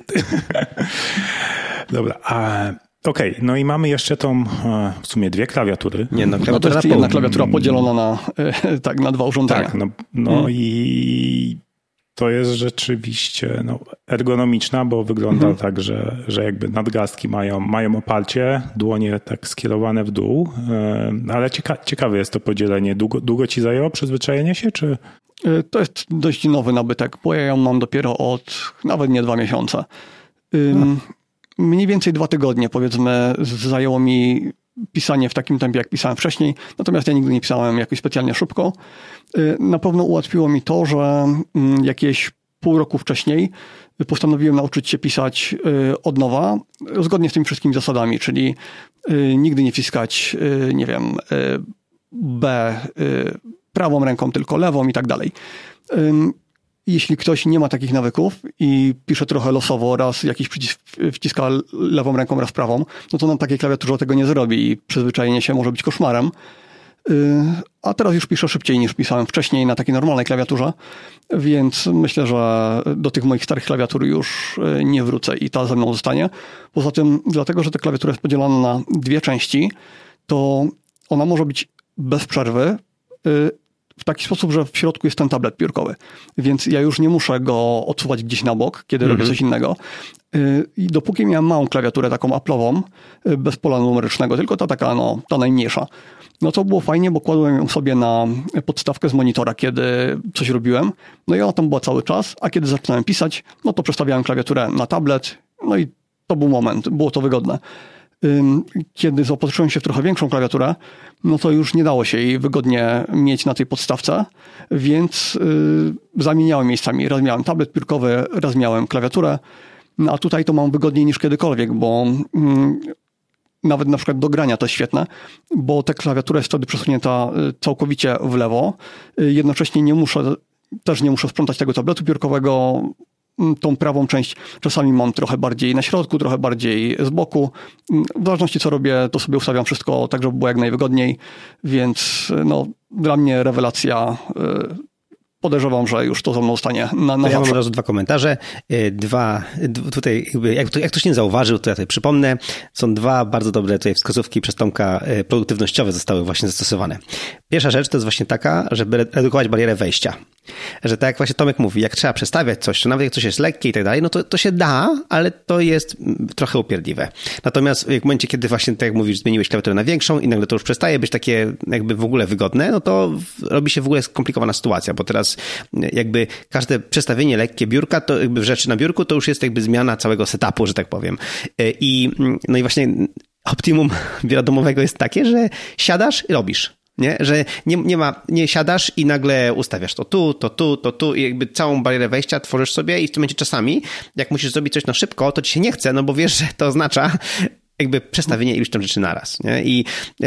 Dobra, a okej, okay, no i mamy jeszcze tą, w sumie dwie klawiatury. Nie, no, no to jest jedna klawiatura podzielona na, tak, na dwa urządzenia. Tak, no, no hmm. i to jest rzeczywiście no, ergonomiczna, bo wygląda mhm. tak, że, że jakby nadgarstki mają, mają oparcie, dłonie tak skierowane w dół, ale cieka- ciekawe jest to podzielenie. Długo, długo ci zajęło przyzwyczajenie się, czy... To jest dość nowy nabytek, bo ja ją mam dopiero od nawet nie dwa miesiące. Ym, mniej więcej dwa tygodnie, powiedzmy, zajęło mi pisanie w takim tempie, jak pisałem wcześniej, natomiast ja nigdy nie pisałem jakoś specjalnie szybko. Na pewno ułatwiło mi to, że jakieś pół roku wcześniej postanowiłem nauczyć się pisać od nowa, zgodnie z tymi wszystkimi zasadami, czyli nigdy nie wciskać, nie wiem, B prawą ręką, tylko lewą i tak dalej. Jeśli ktoś nie ma takich nawyków i pisze trochę losowo, raz jakiś przycisk wciska lewą ręką, raz prawą, no to na takiej klawiaturze tego nie zrobi i przyzwyczajenie się może być koszmarem. A teraz już piszę szybciej niż pisałem wcześniej na takiej normalnej klawiaturze, więc myślę, że do tych moich starych klawiatur już nie wrócę i ta ze mną zostanie. Poza tym, dlatego, że ta klawiatura jest podzielona na dwie części, to ona może być bez przerwy w taki sposób, że w środku jest ten tablet piórkowy, więc ja już nie muszę go odsuwać gdzieś na bok, kiedy mhm. robię coś innego. I dopóki miałem małą klawiaturę, taką Apple'ową, bez pola numerycznego, tylko ta taka, no, ta najmniejsza, no to było fajnie, bo kładłem ją sobie na podstawkę z monitora, kiedy coś robiłem, no i ona tam była cały czas, a kiedy zaczynałem pisać, no to przestawiałem klawiaturę na tablet, no i to był moment, było to wygodne. Kiedy zaopatrzyłem się w trochę większą klawiaturę, no to już nie dało się jej wygodnie mieć na tej podstawce, więc yy, zamieniałem miejscami. Raz miałem tablet piórkowy, raz miałem klawiaturę, no a tutaj to mam wygodniej niż kiedykolwiek, bo yy, nawet na przykład do grania to jest świetne, bo ta klawiatura jest wtedy przesunięta całkowicie w lewo. Yy, jednocześnie nie muszę, też nie muszę sprzątać tego tabletu piórkowego. Tą prawą część czasami mam trochę bardziej na środku, trochę bardziej z boku. W zależności co robię, to sobie ustawiam wszystko tak, żeby było jak najwygodniej, więc no, dla mnie rewelacja. Podejrzewam, że już to ze mną zostanie na, na to ja mam od razu dwa komentarze. Dwa, tutaj jakby, jak, jak ktoś nie zauważył, to ja tutaj przypomnę, są dwa bardzo dobre tutaj wskazówki przez Tomka produktywnościowe zostały właśnie zastosowane. Pierwsza rzecz to jest właśnie taka, żeby redukować barierę wejścia. Że tak jak właśnie Tomek mówi, jak trzeba przestawiać coś, czy nawet jak coś jest lekkie i tak dalej, no to, to się da, ale to jest trochę upierdliwe. Natomiast w momencie, kiedy właśnie, tak jak mówisz, zmieniłeś klawiaturę na większą i nagle to już przestaje być takie jakby w ogóle wygodne, no to robi się w ogóle skomplikowana sytuacja, bo teraz jakby każde przestawienie lekkie biurka, to jakby rzeczy na biurku, to już jest jakby zmiana całego setupu, że tak powiem. I no i właśnie optimum biura domowego jest takie, że siadasz i robisz. Nie? Że nie, nie ma, nie siadasz i nagle ustawiasz to tu, to tu, to tu i jakby całą barierę wejścia tworzysz sobie i w tym momencie czasami, jak musisz zrobić coś na szybko, to ci się nie chce, no bo wiesz, że to oznacza jakby przestawienie iluś tam rzeczy naraz. Nie? I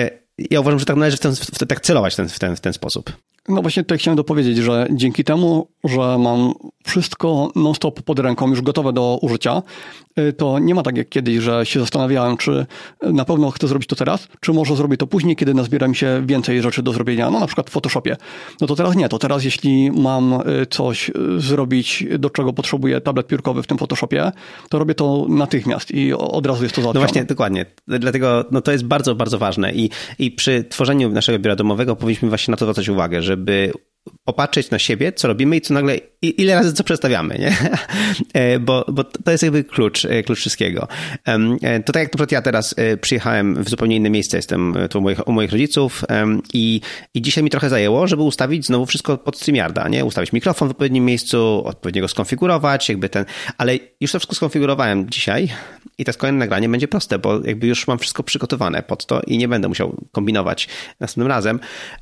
ja uważam, że tak należy w ten, w, tak celować w ten, w, ten, w ten sposób. No właśnie tutaj chciałem dopowiedzieć, że dzięki temu, że mam wszystko non-stop pod ręką, już gotowe do użycia, to nie ma tak jak kiedyś, że się zastanawiałem, czy na pewno chcę zrobić to teraz, czy może zrobię to później, kiedy nazbiera mi się więcej rzeczy do zrobienia, no na przykład w Photoshopie. No to teraz nie, to teraz jeśli mam coś zrobić, do czego potrzebuję tablet piórkowy w tym Photoshopie, to robię to natychmiast i od razu jest to załatwione. No właśnie, dokładnie. Dlatego no to jest bardzo, bardzo ważne i, i przy tworzeniu naszego biura domowego powinniśmy właśnie na to zwracać uwagę, żeby popatrzeć na siebie, co robimy i co nagle, ile razy co przestawiamy, nie? Bo, bo to jest jakby klucz, klucz wszystkiego. To tak jak na przykład ja teraz przyjechałem w zupełnie inne miejsce, jestem tu u moich, u moich rodziców i, i dzisiaj mi trochę zajęło, żeby ustawić znowu wszystko pod StreamYarda, nie? Ustawić mikrofon w odpowiednim miejscu, odpowiednio go skonfigurować, jakby ten, ale już to wszystko skonfigurowałem dzisiaj i to kolejne nagranie będzie proste, bo jakby już mam wszystko przygotowane pod to i nie będę musiał kombinować następnym razem.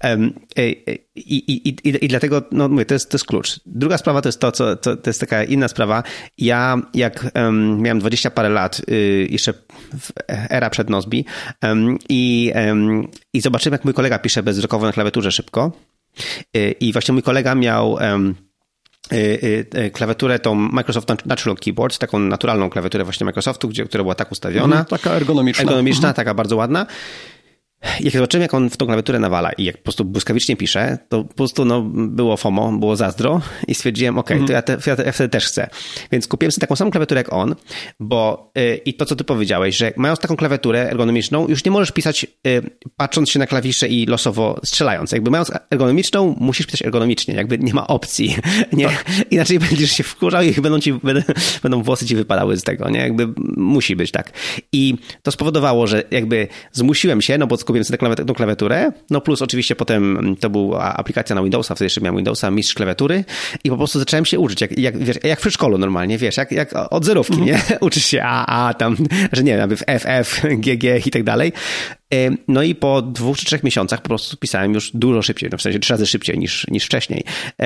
I, i, i, i dlatego, no mówię, to jest, to jest klucz. Druga sprawa to jest to, co, to, to jest taka inna sprawa. Ja jak um, miałem dwadzieścia parę lat, y, jeszcze w era przed Nozbi um, i, um, i zobaczyłem, jak mój kolega pisze bezwzrokowo na klawiaturze szybko y, i właśnie mój kolega miał um, y, y, klawiaturę tą Microsoft Natural Keyboard, taką naturalną klawiaturę właśnie Microsoftu, gdzie, która była tak ustawiona. Mhm, taka ergonomiczna. Ergonomiczna, mhm. taka bardzo ładna. jak zobaczyłem, jak on w tą klawiaturę nawala i jak po prostu błyskawicznie pisze, to po prostu no, było FOMO, było zazdro i stwierdziłem, okej, okay, mm. to ja, te, ja, te, ja wtedy też chcę. Więc kupiłem sobie taką samą klawiaturę jak on, bo yy, i to, co ty powiedziałeś, że mając taką klawiaturę ergonomiczną, już nie możesz pisać yy, patrząc się na klawisze i losowo strzelając. Jakby mając ergonomiczną, musisz pisać ergonomicznie, jakby nie ma opcji. Nie? Tak. Inaczej będziesz się wkurzał i będą, ci, będą, będą włosy ci wypadały z tego, nie? Jakby musi być tak. I to spowodowało, że jakby zmusiłem się, no bo kupiłem sobie tą klawiaturę, no plus oczywiście potem to była aplikacja na Windowsa, wtedy jeszcze miałem Windowsa, mistrz klawiatury i po prostu zacząłem się uczyć, jak, jak, wiesz, jak w przedszkolu normalnie, wiesz, jak, jak od zerówki, mm. nie? Uczysz się A, A, tam, że nie wiem, F, F, G, G i tak dalej. No i po dwóch czy trzech miesiącach po prostu pisałem już dużo szybciej, no w sensie trzy razy szybciej niż, niż wcześniej.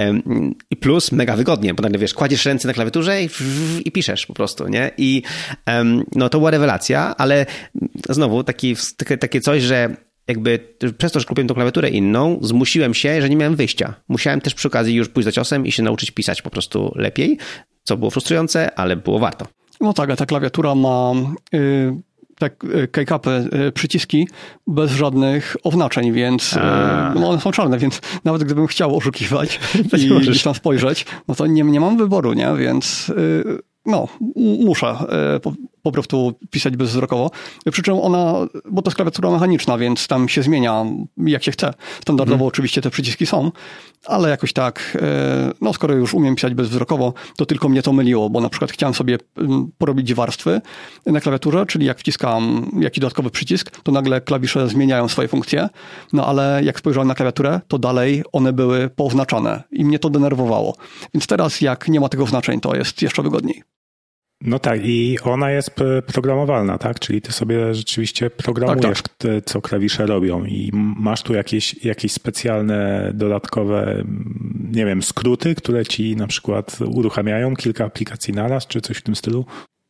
I plus mega wygodnie, bo nagle wiesz, kładziesz ręce na klawiaturze i, i piszesz po prostu, nie? I no to była rewelacja, ale znowu taki, takie coś, że jakby przez to, że kupiłem tą klawiaturę inną, zmusiłem się, że nie miałem wyjścia. Musiałem też przy okazji już pójść za ciosem i się nauczyć pisać po prostu lepiej, co było frustrujące, ale było warto. No tak, a ta klawiatura ma yy, tak keycapy, yy, przyciski bez żadnych oznaczeń, więc yy, no one są czarne, więc nawet gdybym chciał oszukiwać i gdzieś tam spojrzeć, no to nie, nie mam wyboru, nie? Więc yy, no, muszę yy, po, po prostu pisać bezwzrokowo. Przy czym ona, bo to jest klawiatura mechaniczna, więc tam się zmienia jak się chce. Standardowo hmm. oczywiście te przyciski są, ale jakoś tak, no skoro już umiem pisać bezwzrokowo, to tylko mnie to myliło, bo na przykład chciałem sobie porobić warstwy na klawiaturze, czyli jak wciskam jakiś dodatkowy przycisk, to nagle klawisze zmieniają swoje funkcje, no ale jak spojrzałem na klawiaturę, to dalej one były pooznaczane i mnie to denerwowało. Więc teraz jak nie ma tych oznaczeń, to jest jeszcze wygodniej. No tak, i ona jest programowalna, tak? Czyli ty sobie rzeczywiście programujesz, tak, tak. co klawisze robią i masz tu jakieś, jakieś specjalne, dodatkowe, nie wiem, skróty, które ci na przykład uruchamiają kilka aplikacji naraz, czy coś w tym stylu?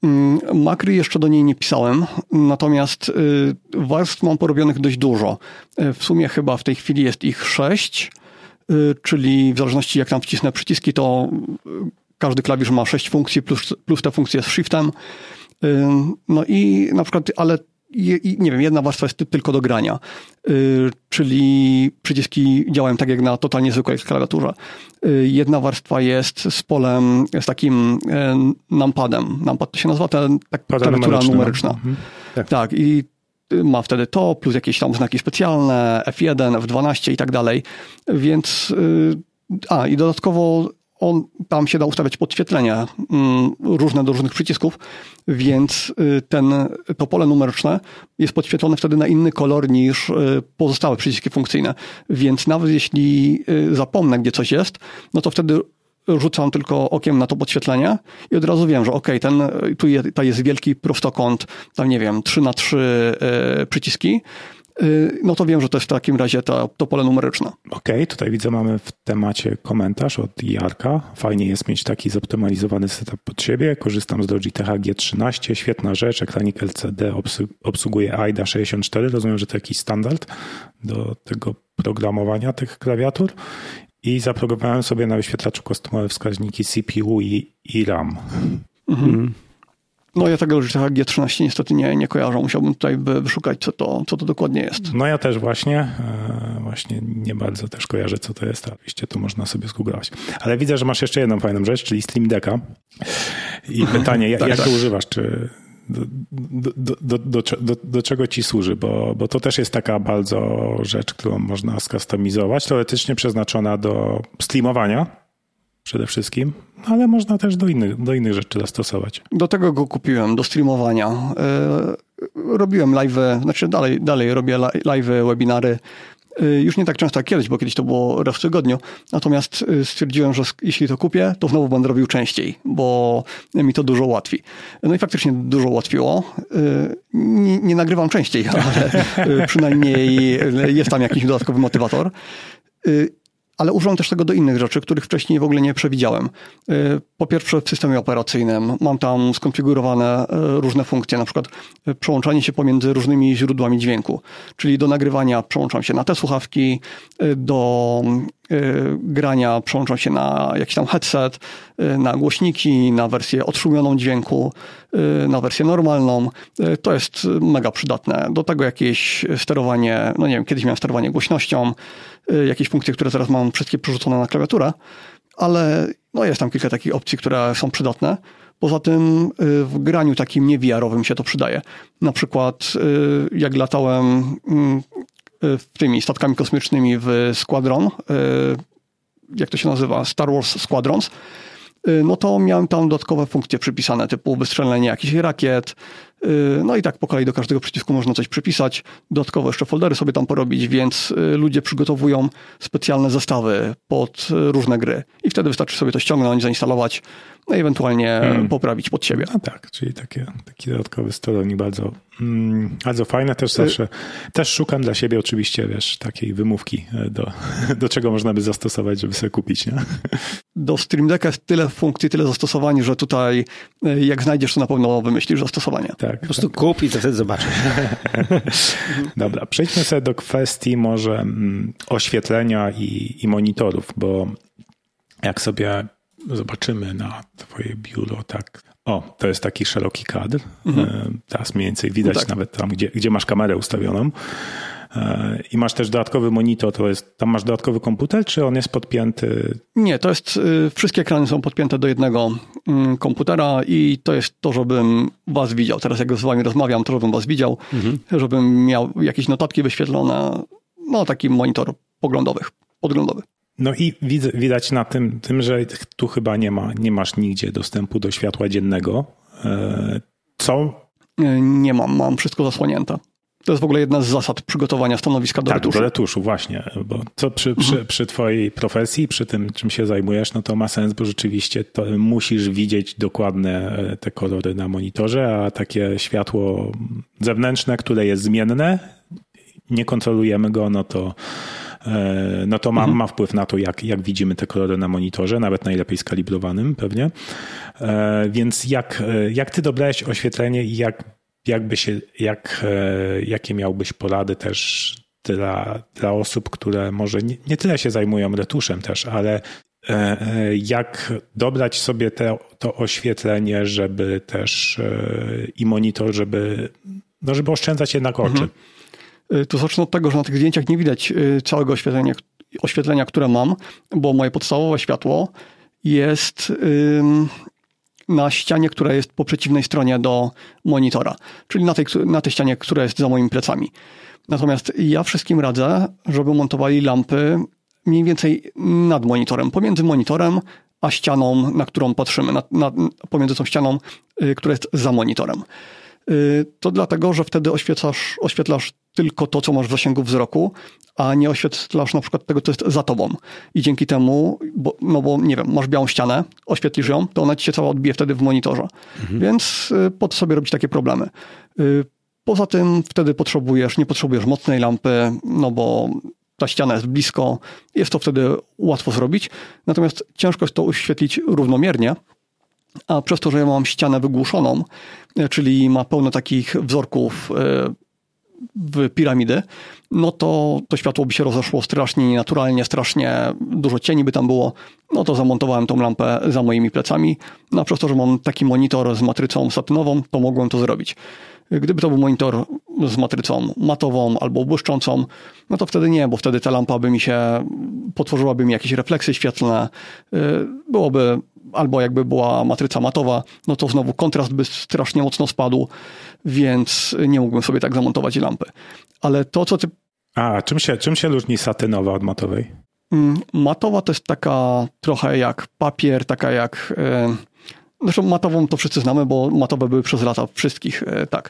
Makry jeszcze do niej nie pisałem, natomiast warstw mam porobionych dość dużo. W sumie chyba w tej chwili jest ich sześć, czyli w zależności jak tam wcisnę przyciski, to każdy klawisz ma sześć funkcji plus, plus te funkcje z shiftem. No i na przykład, ale nie wiem, jedna warstwa jest tylko do grania, czyli przyciski działają tak jak na totalnie zwykłej klawiaturze. Jedna warstwa jest z polem, z takim numpadem. Numpad to się nazywa, ta, ta klawiatura numeryczna. numeryczna. Mhm. Tak. tak, i ma wtedy to, plus jakieś tam znaki specjalne, F jeden, F dwanaście i tak dalej. Więc, a i dodatkowo on, tam się da ustawiać podświetlenia różne do różnych przycisków, więc ten, to pole numeryczne jest podświetlone wtedy na inny kolor niż pozostałe przyciski funkcyjne. Więc nawet jeśli zapomnę, gdzie coś jest, no to wtedy rzucam tylko okiem na to podświetlenie i od razu wiem, że okej, ten tu jest, to jest wielki prostokąt, tam nie wiem, trzy na trzy przyciski, no to wiem, że to jest w takim razie to, to pole numeryczne. Okej, okay, tutaj widzę, mamy w temacie komentarz od Jarka. Fajnie jest mieć taki zoptymalizowany setup pod siebie. Korzystam z Logitecha G trzynaście, świetna rzecz. Ekranik L C D obsługuje A I D A sześćdziesiąt cztery. Rozumiem, że to jakiś standard do tego programowania tych klawiatur. I zaprogramowałem sobie na wyświetlaczu kostumowe wskaźniki C P U i, i RAM. Mhm. No ja tego Logitecha G trzynaście niestety nie, nie kojarzę. Musiałbym tutaj wyszukać, co to, co to dokładnie jest. No ja też właśnie. Właśnie nie bardzo też kojarzę, co to jest. Oczywiście to można sobie zgooglować. Ale widzę, że masz jeszcze jedną fajną rzecz, czyli Stream Decka. I pytanie, tak, jak tak. to używasz? Czy do, do, do, do, do, do czego ci służy? Bo, bo to też jest taka bardzo rzecz, którą można skustomizować. Teoretycznie przeznaczona do streamowania przede wszystkim, ale można też do innych, do innych rzeczy zastosować. Do tego go kupiłem, do streamowania. Yy, robiłem live'y, znaczy dalej, dalej robię live'y, webinary. Yy, już nie tak często jak kiedyś, bo kiedyś to było raz w tygodniu. Natomiast stwierdziłem, że jeśli to kupię, to znowu będę robił częściej, bo mi to dużo ułatwi. No i faktycznie dużo ułatwiło. Yy, nie, nie nagrywam częściej, ale yy, przynajmniej jest tam jakiś dodatkowy motywator. Yy, Ale używam też tego do innych rzeczy, których wcześniej w ogóle nie przewidziałem. Po pierwsze w systemie operacyjnym mam tam skonfigurowane różne funkcje, na przykład przełączanie się pomiędzy różnymi źródłami dźwięku. Czyli do nagrywania przełączam się na te słuchawki, do grania przełączą się na jakiś tam headset, na głośniki, na wersję odszumioną dźwięku, na wersję normalną. To jest mega przydatne. Do tego jakieś sterowanie, no nie wiem, kiedyś miałem sterowanie głośnością, jakieś funkcje, które teraz mam wszystkie przerzucone na klawiaturę, ale no jest tam kilka takich opcji, które są przydatne. Poza tym w graniu takim nie V R-owym się to przydaje. Na przykład jak latałem tymi statkami kosmicznymi w Squadron, jak to się nazywa, Star Wars Squadrons, no to miałem tam dodatkowe funkcje przypisane, typu wystrzelenie jakichś rakiet, no i tak po kolei do każdego przycisku można coś przypisać, dodatkowo jeszcze foldery sobie tam porobić, więc ludzie przygotowują specjalne zestawy pod różne gry i wtedy wystarczy sobie to ściągnąć, zainstalować, no i ewentualnie hmm. poprawić pod siebie. No tak, czyli takie, taki dodatkowy steronik bardzo, mm, bardzo fajne. Też zawsze, y- też szukam dla siebie oczywiście, wiesz, takiej wymówki, do, do czego można by zastosować, żeby sobie kupić, nie? Do Stream Decka jest tyle funkcji, tyle zastosowań, że tutaj jak znajdziesz, to na pewno wymyślisz zastosowanie. Tak, po prostu tak. kup i to wtedy zobaczysz. Dobra, przejdźmy sobie do kwestii może mm, oświetlenia i, i monitorów, bo jak sobie zobaczymy na twoje biuro, tak. O, to jest taki szeroki kadr. Mhm. Teraz mniej więcej widać no tak. nawet tam, gdzie, gdzie masz kamerę ustawioną. I masz też dodatkowy monitor, to jest, tam masz dodatkowy komputer, czy on jest podpięty? Nie, to jest, wszystkie ekrany są podpięte do jednego komputera i to jest to, żebym was widział. Teraz jak z wami rozmawiam, to żebym was widział, mhm. żebym miał jakieś notatki wyświetlone, no taki monitor poglądowy, podglądowy. No i widać na tym, tym, że tu chyba nie ma, nie masz nigdzie dostępu do światła dziennego. Co? Nie mam, mam wszystko zasłonięte. To jest w ogóle jedna z zasad przygotowania stanowiska do tak, retuszu. Tak, do retuszu właśnie, bo co przy, przy, mhm. przy twojej profesji, przy tym, czym się zajmujesz, no to ma sens, bo rzeczywiście to musisz widzieć dokładne te kolory na monitorze, a takie światło zewnętrzne, które jest zmienne, nie kontrolujemy go, no to no to ma, mhm. ma wpływ na to, jak, jak widzimy te kolory na monitorze, nawet najlepiej skalibrowanym pewnie. Więc jak, jak ty dobrałeś oświetlenie i jak, jakby się, jak, jakie miałbyś porady też dla, dla osób, które może nie, nie tyle się zajmują retuszem też, ale jak dobrać sobie te, to oświetlenie, żeby też i monitor, żeby, no żeby oszczędzać jednak oczy. Mhm. To zacznę od tego, że na tych zdjęciach nie widać całego oświetlenia, oświetlenia, które mam, bo moje podstawowe światło jest na ścianie, która jest po przeciwnej stronie do monitora, czyli na tej, na tej ścianie, która jest za moimi plecami. Natomiast ja wszystkim radzę, żeby montowali lampy mniej więcej nad monitorem, pomiędzy monitorem a ścianą, na którą patrzymy, na, na, pomiędzy tą ścianą, która jest za monitorem. To dlatego, że wtedy oświetlasz, oświetlasz tylko to, co masz w zasięgu wzroku, a nie oświetlasz na przykład tego, co jest za tobą. I dzięki temu, bo, no bo nie wiem, masz białą ścianę, oświetlisz ją, to ona ci się cała odbije wtedy w monitorze. Mhm. Więc po to sobie robić takie problemy. Poza tym wtedy potrzebujesz, nie potrzebujesz mocnej lampy, no bo ta ściana jest blisko, jest to wtedy łatwo zrobić. Natomiast ciężko jest to oświetlić równomiernie, a przez to, że ja mam ścianę wygłuszoną, czyli ma pełno takich wzorków w piramidy, no to to światło by się rozeszło strasznie nienaturalnie, strasznie dużo cieni by tam było, no to zamontowałem tą lampę za moimi plecami, no a przez to, że mam taki monitor z matrycą satynową, to mogłem to zrobić. Gdyby to był monitor z matrycą matową albo błyszczącą, no to wtedy nie, bo wtedy ta lampa by mi się, potworzyłaby mi jakieś refleksy świetlne, byłoby, albo jakby była matryca matowa, no to znowu kontrast by strasznie mocno spadł, więc nie mógłbym sobie tak zamontować lampy. Ale to, co ty... A, czym się, czym się różni satynowa od matowej? Matowa to jest taka trochę jak papier, taka jak... Zresztą matową to wszyscy znamy, bo matowe były przez lata wszystkich, tak.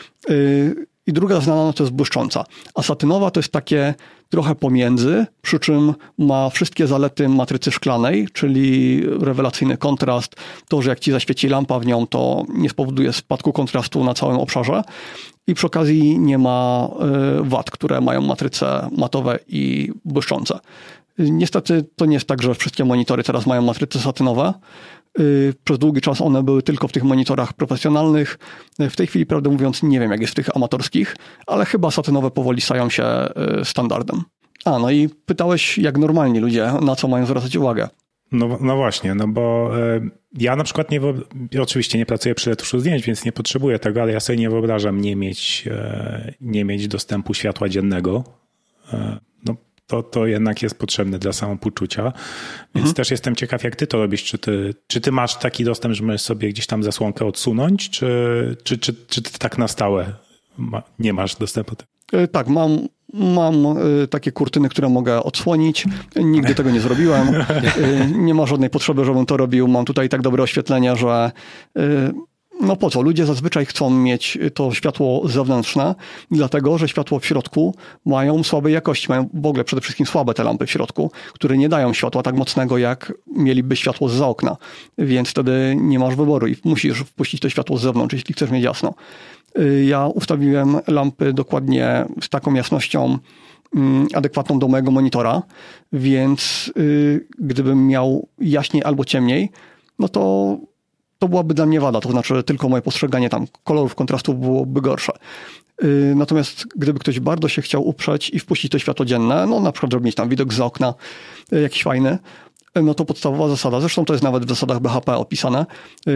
I druga znana no to jest błyszcząca. A satynowa to jest takie trochę pomiędzy, przy czym ma wszystkie zalety matrycy szklanej, czyli rewelacyjny kontrast, to, że jak ci zaświeci lampa w nią, to nie spowoduje spadku kontrastu na całym obszarze i przy okazji nie ma wad, które mają matryce matowe i błyszczące. Niestety to nie jest tak, że wszystkie monitory teraz mają matryce satynowe. Przez długi czas one były tylko w tych monitorach profesjonalnych. W tej chwili, prawdę mówiąc, nie wiem, jak jest w tych amatorskich, ale chyba satynowe powoli stają się standardem. A, no i pytałeś, jak normalni ludzie, na co mają zwracać uwagę. No, no właśnie, no bo y, ja na przykład nie, oczywiście nie pracuję przy retuszu zdjęć, więc nie potrzebuję tego, ale ja sobie nie wyobrażam nie mieć, y, nie mieć dostępu światła dziennego. Y, no to, to jednak jest potrzebne dla samopoczucia, więc mhm. też jestem ciekaw, jak ty to robisz. Czy ty, czy ty masz taki dostęp, że możesz sobie gdzieś tam zasłonkę odsunąć, czy, czy, czy, czy ty tak na stałe ma, nie masz dostępu? Y, tak, mam Mam y, takie kurtyny, które mogę odsłonić. Nigdy tego nie zrobiłem. Y, nie ma żadnej potrzeby, żebym to robił. Mam tutaj tak dobre oświetlenie, że y, no po co? Ludzie zazwyczaj chcą mieć to światło zewnętrzne, dlatego że światło w środku mają słabej jakości. Mają w ogóle przede wszystkim słabe te lampy w środku, które nie dają światła tak mocnego, jak mieliby światło zza okna. Więc wtedy nie masz wyboru i musisz wpuścić to światło z zewnątrz, jeśli chcesz mieć jasno. Ja ustawiłem lampy dokładnie z taką jasnością adekwatną do mojego monitora, więc gdybym miał jaśniej albo ciemniej, no to to byłaby dla mnie wada, to znaczy tylko moje postrzeganie tam kolorów, kontrastów byłoby gorsze. Natomiast gdyby ktoś bardzo się chciał uprzeć i wpuścić to światło dzienne, no na przykład zrobić tam widok z okna jakiś fajny, no to podstawowa zasada, zresztą to jest nawet w zasadach B H P opisane,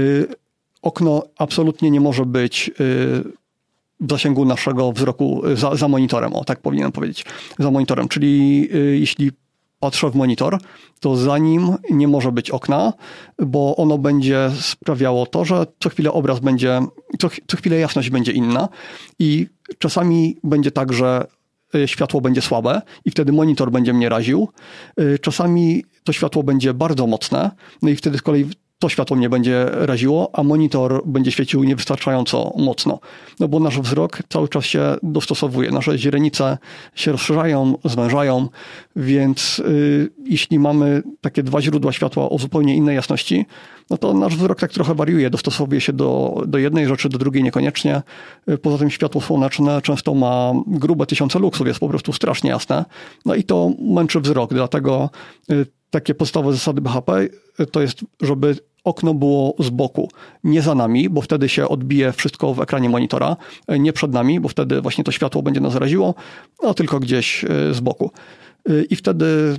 okno absolutnie nie może być w zasięgu naszego wzroku za, za monitorem, o tak powinienem powiedzieć, za monitorem, czyli jeśli patrzę w monitor, to za nim nie może być okna, bo ono będzie sprawiało to, że co chwilę obraz będzie, co, co chwilę jasność będzie inna i czasami będzie tak, że światło będzie słabe i wtedy monitor będzie mnie raził. Czasami to światło będzie bardzo mocne, no i wtedy z kolei to światło mnie będzie raziło, a monitor będzie świecił niewystarczająco mocno. No bo nasz wzrok cały czas się dostosowuje. Nasze źrenice się rozszerzają, zwężają, więc y, jeśli mamy takie dwa źródła światła o zupełnie innej jasności, no to nasz wzrok tak trochę wariuje, dostosowuje się do, do jednej rzeczy, do drugiej niekoniecznie. Poza tym światło słoneczne często ma grube tysiące luksów, jest po prostu strasznie jasne. No i to męczy wzrok, dlatego y, takie podstawowe zasady B H P to jest, żeby okno było z boku, nie za nami, bo wtedy się odbije wszystko w ekranie monitora, nie przed nami, bo wtedy właśnie to światło będzie nas raziło, no tylko gdzieś z boku. I wtedy,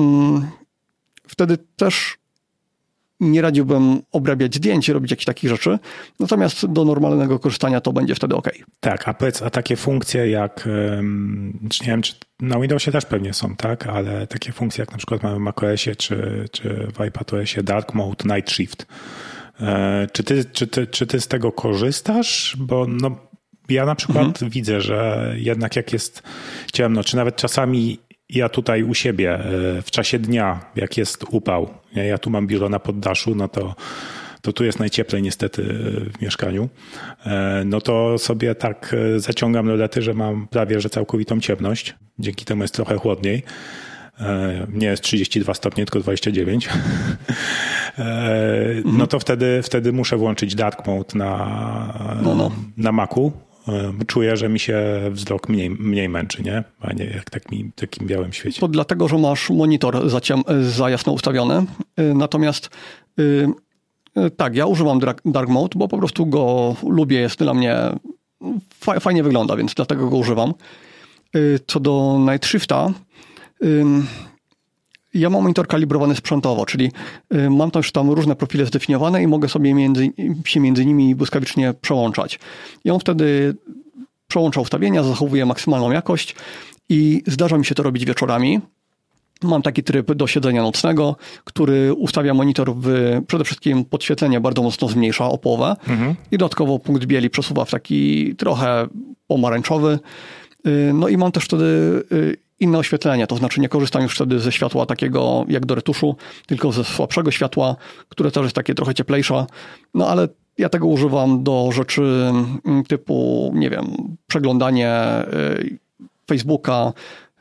wtedy też nie radziłbym obrabiać zdjęć, robić jakichś takich rzeczy, natomiast do normalnego korzystania to będzie wtedy ok. Tak, a powiedz, a takie funkcje jak, nie wiem, czy na Windowsie też pewnie są, tak, ale takie funkcje jak na przykład mamy w macOSie czy, czy w iPadOSie Dark Mode, Night Shift. Czy ty, czy, ty, czy ty z tego korzystasz? Bo no, ja na przykład mhm. widzę, że jednak jak jest ciemno, czy nawet czasami ja tutaj u siebie w czasie dnia, jak jest upał, ja tu mam biuro na poddaszu, no to, to tu jest najcieplej niestety w mieszkaniu, no to sobie tak zaciągam lornety, że mam prawie że całkowitą ciemność. Dzięki temu jest trochę chłodniej. Nie jest trzydzieści dwa stopnie, tylko dwadzieścia dziewięć. No to wtedy, wtedy muszę włączyć Dark Mode na, no, no. na Macu. Czuję, że mi się wzrok mniej, mniej męczy, nie? A nie jak taki, takim białym świecie. To dlatego, że masz monitor za, ciem, za jasno ustawiony. Natomiast yy, tak, ja używam Dark Mode, bo po prostu go lubię, jest dla mnie fa- fajnie wygląda, więc dlatego go używam. Yy, co do Night Shifta, yy, ja mam monitor kalibrowany sprzętowo, czyli mam też tam różne profile zdefiniowane i mogę sobie między, się między nimi błyskawicznie przełączać. I on wtedy przełącza ustawienia, zachowuje maksymalną jakość i zdarza mi się to robić wieczorami. Mam taki tryb do siedzenia nocnego, który ustawia monitor w przede wszystkim podświetlenie bardzo mocno zmniejsza o połowę mhm. i dodatkowo punkt bieli przesuwa w taki trochę pomarańczowy. No i mam też wtedy inne oświetlenie, to znaczy nie korzystam już wtedy ze światła takiego jak do retuszu, tylko ze słabszego światła, które też jest takie trochę cieplejsze, no ale ja tego używam do rzeczy typu, nie wiem, przeglądanie Facebooka,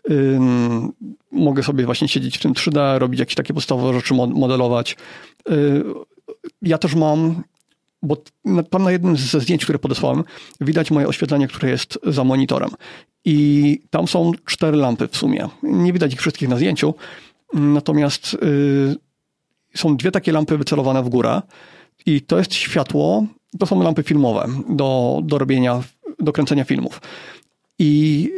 mogę sobie właśnie siedzieć w tym trzy D, robić jakieś takie podstawowe rzeczy, modelować. Ja też mam, bo tam na jednym ze zdjęć, które podesłałem, widać moje oświetlenie, które jest za monitorem. I tam są cztery lampy w sumie. Nie widać ich wszystkich na zdjęciu, natomiast yy, są dwie takie lampy wycelowane w górę i to jest światło, to są lampy filmowe do, do robienia, do kręcenia filmów. I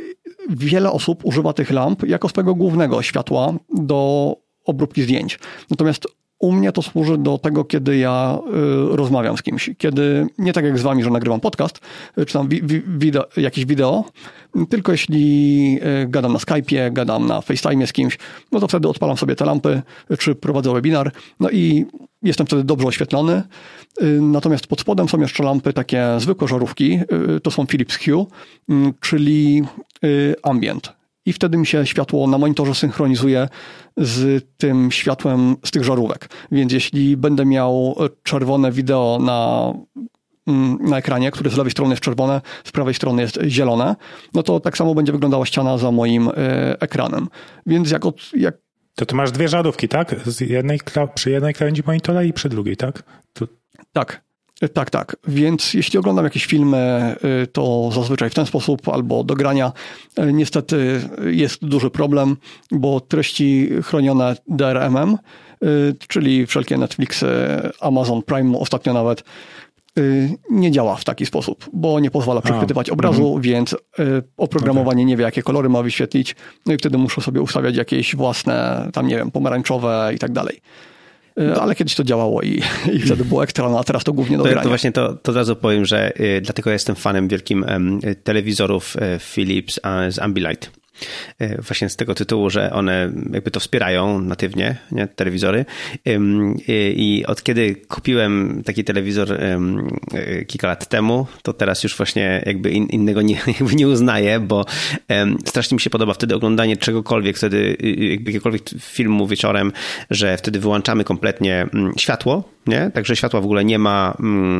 wiele osób używa tych lamp jako swojego głównego światła do obróbki zdjęć. Natomiast u mnie to służy do tego, kiedy ja y, rozmawiam z kimś. Kiedy, nie tak jak z wami, że nagrywam podcast, y, czy tam wi- wi- wideo, jakieś wideo, tylko jeśli y, gadam na Skype'ie, gadam na FaceTime'ie z kimś, no to wtedy odpalam sobie te lampy, y, czy prowadzę webinar, no i jestem wtedy dobrze oświetlony. Y, natomiast pod spodem są jeszcze lampy, takie zwykłe żarówki, y, to są Philips Hue, y, czyli y, ambient. I wtedy mi się światło na monitorze synchronizuje z tym światłem z tych żarówek. Więc jeśli będę miał czerwone wideo na, na ekranie, które z lewej strony jest czerwone, z prawej strony jest zielone, no to tak samo będzie wyglądała ściana za moim y, ekranem. Więc jak, od, jak... To ty masz dwie żarówki, tak? Z jednej, przy jednej krawędzi monitora i przy drugiej, tak? To... Tak. Tak, tak. Więc jeśli oglądam jakieś filmy, to zazwyczaj w ten sposób albo do grania. Niestety jest duży problem, bo treści chronione D R M M, czyli wszelkie Netflixy, Amazon Prime ostatnio nawet, nie działa w taki sposób, bo nie pozwala przechwytywać A, obrazu, mm. więc oprogramowanie okay. nie wie, jakie kolory ma wyświetlić, no i wtedy muszę sobie ustawiać jakieś własne, tam nie wiem, pomarańczowe i tak dalej. Ale kiedyś to działało i, i wtedy było ekstra, no a teraz to głównie do to, grania. To właśnie to, to od razu powiem, że y, dlatego ja jestem fanem wielkim y, telewizorów y, Philips a, z Ambilight. Y, właśnie z tego tytułu, że one jakby to wspierają natywnie, nie, telewizory. Y, y, I od kiedy kupiłem taki telewizor y, y, kilka lat temu, to teraz już właśnie jakby in, innego nie, jakby nie uznaję, bo y, strasznie mi się podoba wtedy oglądanie czegokolwiek, wtedy y, jakiegokolwiek filmu wieczorem, że wtedy wyłączamy kompletnie y, światło, nie? Także światła w ogóle nie ma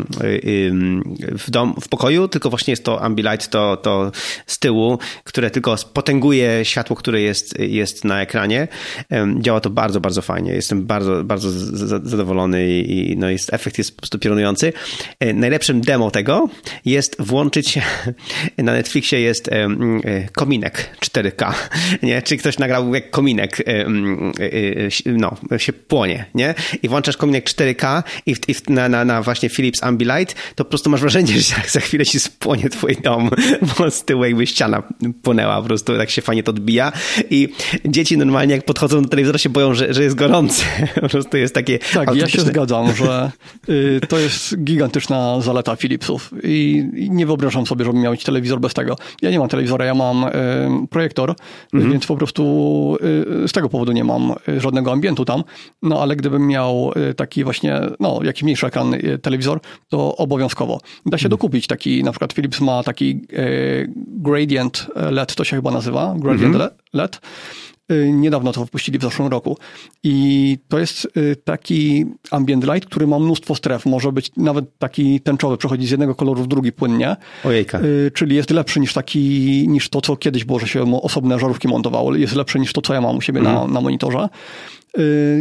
w, dom, w pokoju, tylko właśnie jest to Ambilight, to, to z tyłu, które tylko potęguje światło, które jest, jest na ekranie. Działa to bardzo, bardzo fajnie. Jestem bardzo, bardzo zadowolony i no jest, efekt jest po prostu piorunujący. Najlepszym demo tego jest włączyć, na Netflixie jest kominek cztery K, nie? Czyli ktoś nagrał jak kominek no, się płonie, nie? I włączasz kominek cztery K i, w, i w, na, na, na właśnie Philips Ambilight, to po prostu masz wrażenie, że za chwilę ci spłonie twój dom, bo z tyłu jakby ściana płonęła, po prostu tak się fajnie to odbija i dzieci normalnie jak podchodzą do telewizora się boją, że, że jest gorący. Po prostu jest takie... Tak, autentyczne... ja się zgadzam, że y, to jest gigantyczna zaleta Philipsów i, i nie wyobrażam sobie, żebym miał mieć telewizor bez tego. Ja nie mam telewizora, ja mam y, projektor, mhm. więc po prostu y, z tego powodu nie mam żadnego ambientu tam, no ale gdybym miał y, taki właśnie no, jakiś mniejszy ekran, telewizor, to obowiązkowo. Da się dokupić taki, na przykład Philips ma taki e, Gradient L E D, to się chyba nazywa, Gradient mm-hmm. L E D. E, niedawno to wpuścili w zeszłym roku. I to jest e, taki ambient light, który ma mnóstwo stref. Może być nawet taki tęczowy, przechodzi z jednego koloru w drugi płynnie. Ojejka. E, czyli jest lepszy niż taki, niż to, co kiedyś było, że się osobne żarówki montowało. Jest lepszy niż to, co ja mam u siebie mm. na, na monitorze. E,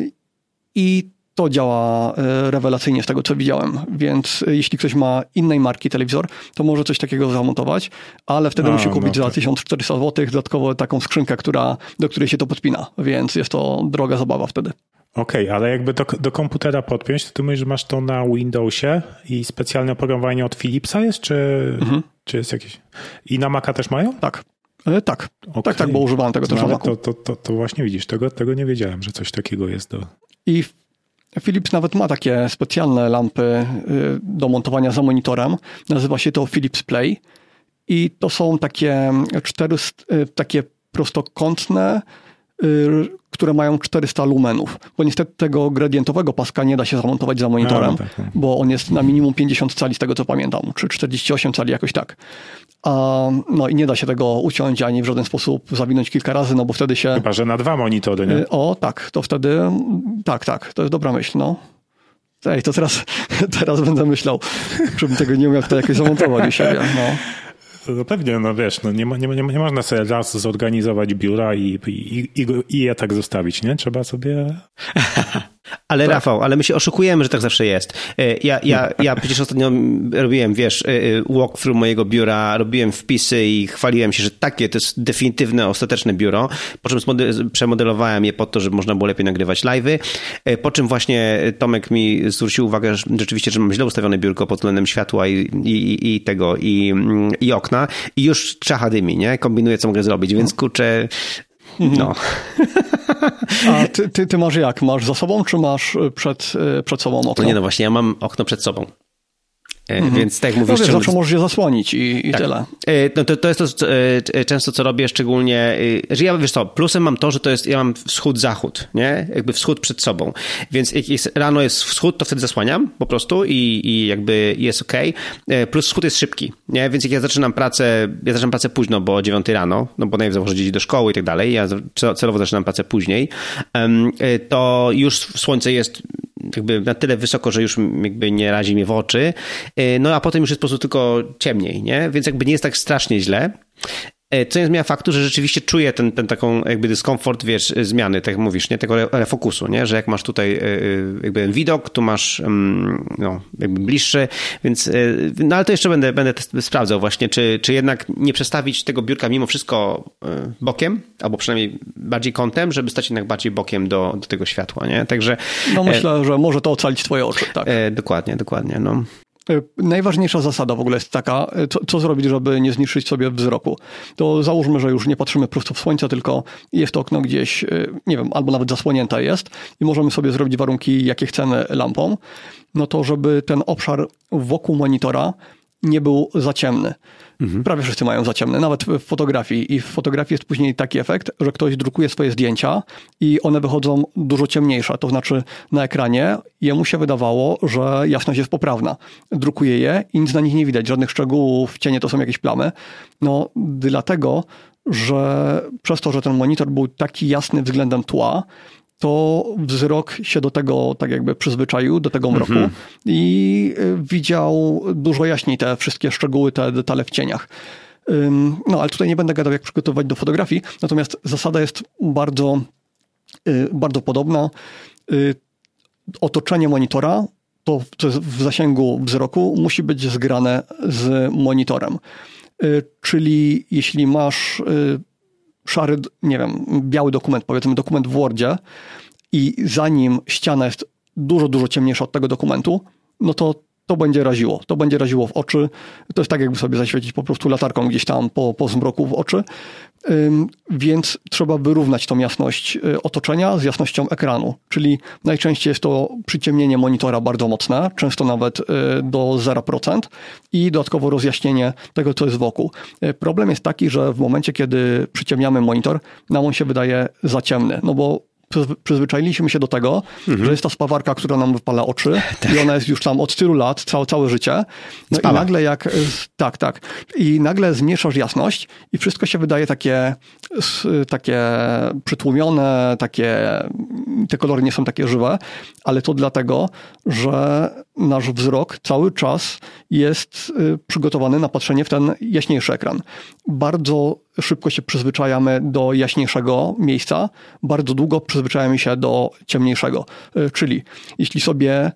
I to działa rewelacyjnie z tego, co widziałem, więc jeśli ktoś ma innej marki telewizor, to może coś takiego zamontować, ale wtedy A, musi kupić no, za tysiąc czterysta złotych dodatkowo taką skrzynkę, która, do której się to podpina, więc jest to droga zabawa wtedy. Okej, okay, ale jakby do, do komputera podpiąć, to ty mówisz, że masz to na Windowsie i specjalne oprogramowanie od Philipsa jest, czy, mhm. czy jest jakieś... I na Maca też mają? Tak. E, tak, okay. tak, tak, bo używałem tego też no, na Macu. To, to, to, to właśnie widzisz, tego, tego nie wiedziałem, że coś takiego jest do... I Philips nawet ma takie specjalne lampy do montowania za monitorem. Nazywa się to Philips Play i to są takie cztery, takie prostokątne, które mają czterysta lumenów. Bo niestety tego gradientowego paska nie da się zamontować za monitorem, A, tak, tak. bo on jest na minimum pięćdziesiąt cali z tego co pamiętam, czy czterdzieści osiem cali jakoś tak. A, no i nie da się tego uciąć ani w żaden sposób zawinąć kilka razy, no bo wtedy się... Chyba, że na dwa monitory, nie? O, tak, to wtedy... Tak, tak, to jest dobra myśl, no. Ej, to teraz, teraz będę myślał, żebym tego nie umiał tutaj jakoś zamontować u siebie, no. No pewnie, no wiesz, no nie, ma, nie, nie, nie można sobie raz zorganizować biura i, i, i, i je tak zostawić, nie? Trzeba sobie... Ale tak. Rafał, ale my się oszukujemy, że tak zawsze jest. Ja, ja, ja przecież ostatnio robiłem, wiesz, walkthrough mojego biura, robiłem wpisy i chwaliłem się, że takie to jest definitywne, ostateczne biuro, po czym przemodelowałem je po to, żeby można było lepiej nagrywać live'y, po czym właśnie Tomek mi zwrócił uwagę, że rzeczywiście, że mam źle ustawione biurko pod względem światła i, i, i tego, i, i okna i już czacha dymi, nie? Kombinuję, co mogę zrobić, więc kurczę, no. A ty, ty, ty masz jak? Masz za sobą, czy masz przed, przed sobą okno? To nie, no właśnie, ja mam okno przed sobą. Mhm. Więc tak jak mówisz... No wiesz, zawsze możesz je zasłonić i, i tak. tyle. No to, to jest to co, często, co robię, szczególnie, że ja, wiesz co, plusem mam to, że to jest, ja mam wschód-zachód, nie? Jakby wschód przed sobą. Więc jak jest, rano jest wschód, to wtedy zasłaniam po prostu i, i jakby jest okej. Okay. Plus wschód jest szybki, nie? Więc jak ja zaczynam pracę, ja zaczynam pracę późno, bo o dziewiątej rano, no bo najpierw założę dzieci do szkoły i tak dalej, ja celowo zaczynam pracę później, to już słońce jest jakby na tyle wysoko, że już jakby nie razi mnie w oczy, no a potem już jest po prostu tylko ciemniej, nie? Więc jakby nie jest tak strasznie źle. Co nie zmienia faktu, że rzeczywiście czuję ten, ten taką jakby dyskomfort, wiesz, zmiany, tak jak mówisz, nie? Tego refokusu, nie? Że jak masz tutaj jakby widok, tu masz no, jakby bliższy, więc no ale to jeszcze będę, będę sprawdzał właśnie, czy, czy jednak nie przestawić tego biurka mimo wszystko bokiem, albo przynajmniej bardziej kątem, żeby stać jednak bardziej bokiem do, do tego światła, nie? Także... No myślę, e, że może to ocalić twoje oczy, tak. E, dokładnie, dokładnie, no. Najważniejsza zasada w ogóle jest taka, co, co zrobić, żeby nie zniszczyć sobie wzroku. To załóżmy, że już nie patrzymy prosto w słońce, tylko jest to okno gdzieś, nie wiem, albo nawet zasłonięte jest i możemy sobie zrobić warunki, jakie chcemy lampą, no to żeby ten obszar wokół monitora nie był za ciemny. Mhm. Prawie wszyscy mają za ciemny, nawet w fotografii. I w fotografii jest później taki efekt, że ktoś drukuje swoje zdjęcia i one wychodzą dużo ciemniejsze. To znaczy na ekranie jemu się wydawało, że jasność jest poprawna. Drukuje je i nic na nich nie widać, żadnych szczegółów, cienie to są jakieś plamy. No dlatego, że przez to, że ten monitor był taki jasny względem tła, to wzrok się do tego tak jakby przyzwyczaił, do tego mroku mm-hmm. i widział dużo jaśniej te wszystkie szczegóły, te detale w cieniach. No ale tutaj nie będę gadał, jak przygotować do fotografii, natomiast zasada jest bardzo, bardzo podobna. Otoczenie monitora, to co jest w zasięgu wzroku, musi być zgrane z monitorem. Czyli jeśli masz szary, nie wiem, biały dokument, powiedzmy dokument w Wordzie i za nim ściana jest dużo, dużo ciemniejsza od tego dokumentu, no to to będzie raziło. To będzie raziło w oczy. To jest tak, jakby sobie zaświecić po prostu latarką gdzieś tam po, po zmroku w oczy. Ym, więc trzeba wyrównać tą jasność otoczenia z jasnością ekranu. Czyli najczęściej jest to przyciemnienie monitora bardzo mocne, często nawet y, do zero procent i dodatkowo rozjaśnienie tego, co jest wokół. Y, problem jest taki, że w momencie, kiedy przyciemniamy monitor, nam on się wydaje za ciemny, no bo przyzwyczailiśmy się do tego, mhm. że jest ta spawarka, która nam wypala oczy tak. i ona jest już tam od tylu lat, całe, całe życie. No Spala. I nagle jak, tak, tak. I nagle zmniejszasz jasność i wszystko się wydaje takie, takie przytłumione, takie, te kolory nie są takie żywe, ale to dlatego, że nasz wzrok cały czas jest przygotowany na patrzenie w ten jaśniejszy ekran. Bardzo szybko się przyzwyczajamy do jaśniejszego miejsca, bardzo długo przyzwyczajamy się do ciemniejszego. Czyli jeśli sobie,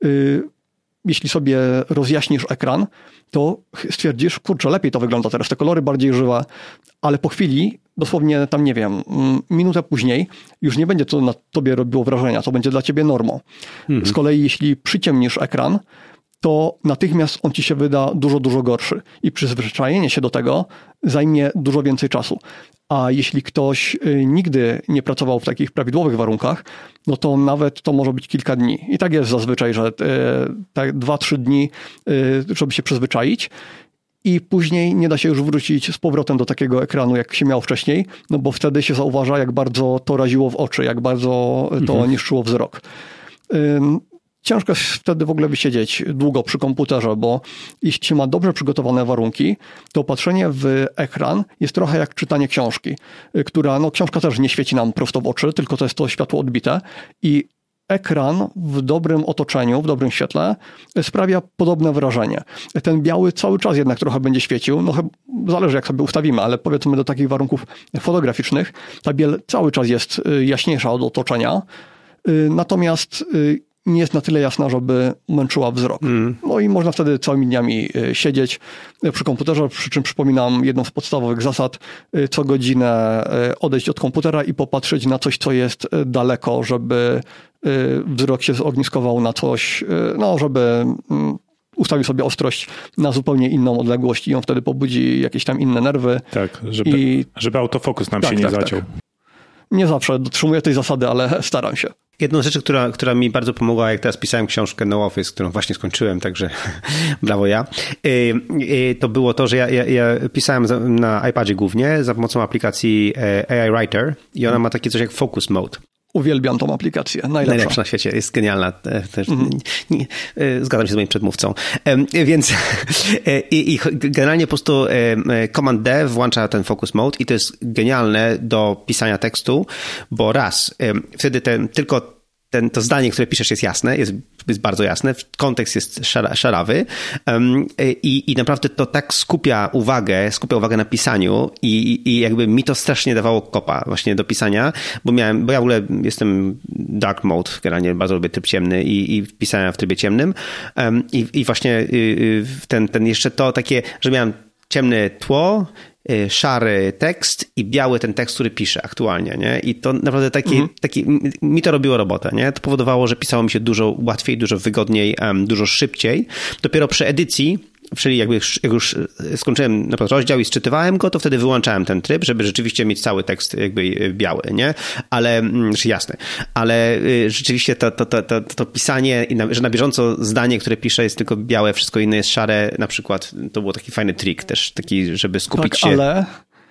jeśli sobie rozjaśnisz ekran, to stwierdzisz, kurczę, lepiej to wygląda teraz, te kolory bardziej żywe, ale po chwili, dosłownie tam, nie wiem, minutę później, już nie będzie to na tobie robiło wrażenia, to będzie dla ciebie normą. Mhm. Z kolei jeśli przyciemnisz ekran, to natychmiast on ci się wyda dużo, dużo gorszy. I przyzwyczajenie się do tego zajmie dużo więcej czasu. A jeśli ktoś nigdy nie pracował w takich prawidłowych warunkach, no to nawet to może być kilka dni. I tak jest zazwyczaj, że tak dwa, trzy dni, żeby się przyzwyczaić. I później nie da się już wrócić z powrotem do takiego ekranu, jak się miało wcześniej, no bo wtedy się zauważa, jak bardzo to raziło w oczy, jak bardzo to mhm. niszczyło wzrok. Ciężko jest wtedy w ogóle wysiedzieć długo przy komputerze, bo jeśli się ma dobrze przygotowane warunki, to patrzenie w ekran jest trochę jak czytanie książki, która, no książka też nie świeci nam prosto w oczy, tylko to jest to światło odbite i ekran w dobrym otoczeniu, w dobrym świetle sprawia podobne wrażenie. Ten biały cały czas jednak trochę będzie świecił, no zależy jak sobie ustawimy, ale powiedzmy do takich warunków fotograficznych ta biel cały czas jest jaśniejsza od otoczenia, natomiast nie jest na tyle jasna, żeby męczyła wzrok. Mm. No i można wtedy całymi dniami siedzieć przy komputerze, przy czym przypominam jedną z podstawowych zasad, co godzinę odejść od komputera i popatrzeć na coś, co jest daleko, żeby wzrok się zogniskował na coś, no żeby ustawił sobie ostrość na zupełnie inną odległość i on wtedy pobudzi jakieś tam inne nerwy. Tak, żeby, i... żeby autofokus nam tak, się nie tak, zaciął. Tak. Nie zawsze dotrzymuję tej zasady, ale staram się. Jedną z rzeczy, która, która mi bardzo pomogła, jak teraz pisałem książkę No Office, którą właśnie skończyłem, także brawo ja, to było to, że ja, ja, ja pisałem na iPadzie głównie za pomocą aplikacji A I Writer i ona ma takie coś jak Focus Mode. Uwielbiam tą aplikację. Najlepsza. Najlepsza na świecie. Jest genialna. Też, mm. nie, nie, zgadzam się z moim przedmówcą. Więc i, i generalnie po prostu Command D włącza ten Focus Mode i to jest genialne do pisania tekstu, bo raz, wtedy ten, tylko ten, to zdanie, które piszesz jest jasne, jest, jest bardzo jasne, kontekst jest szara, szarawy um, i, i naprawdę to tak skupia uwagę, skupia uwagę na pisaniu i, i jakby mi to strasznie dawało kopa właśnie do pisania, bo miałem, bo ja w ogóle jestem dark mode, generalnie bardzo lubię tryb ciemny i, i pisania w trybie ciemnym um, i, i właśnie y, ten, ten jeszcze to takie, że miałem ciemne tło, szary tekst i biały ten tekst, który piszę aktualnie, nie? I to naprawdę taki, mhm. taki mi to robiło robotę, nie? To powodowało, że pisało mi się dużo łatwiej, dużo wygodniej, um, dużo szybciej. Dopiero przy edycji, czyli jakby jak już skończyłem na przykład rozdział i sczytywałem go, to wtedy wyłączałem ten tryb, żeby rzeczywiście mieć cały tekst jakby biały, nie? Ale, czy jasny. Ale rzeczywiście to, to, to, to, to pisanie, że na bieżąco zdanie, które piszę jest tylko białe, wszystko inne jest szare, na przykład to był taki fajny trik też, taki, żeby skupić tak, się. Ale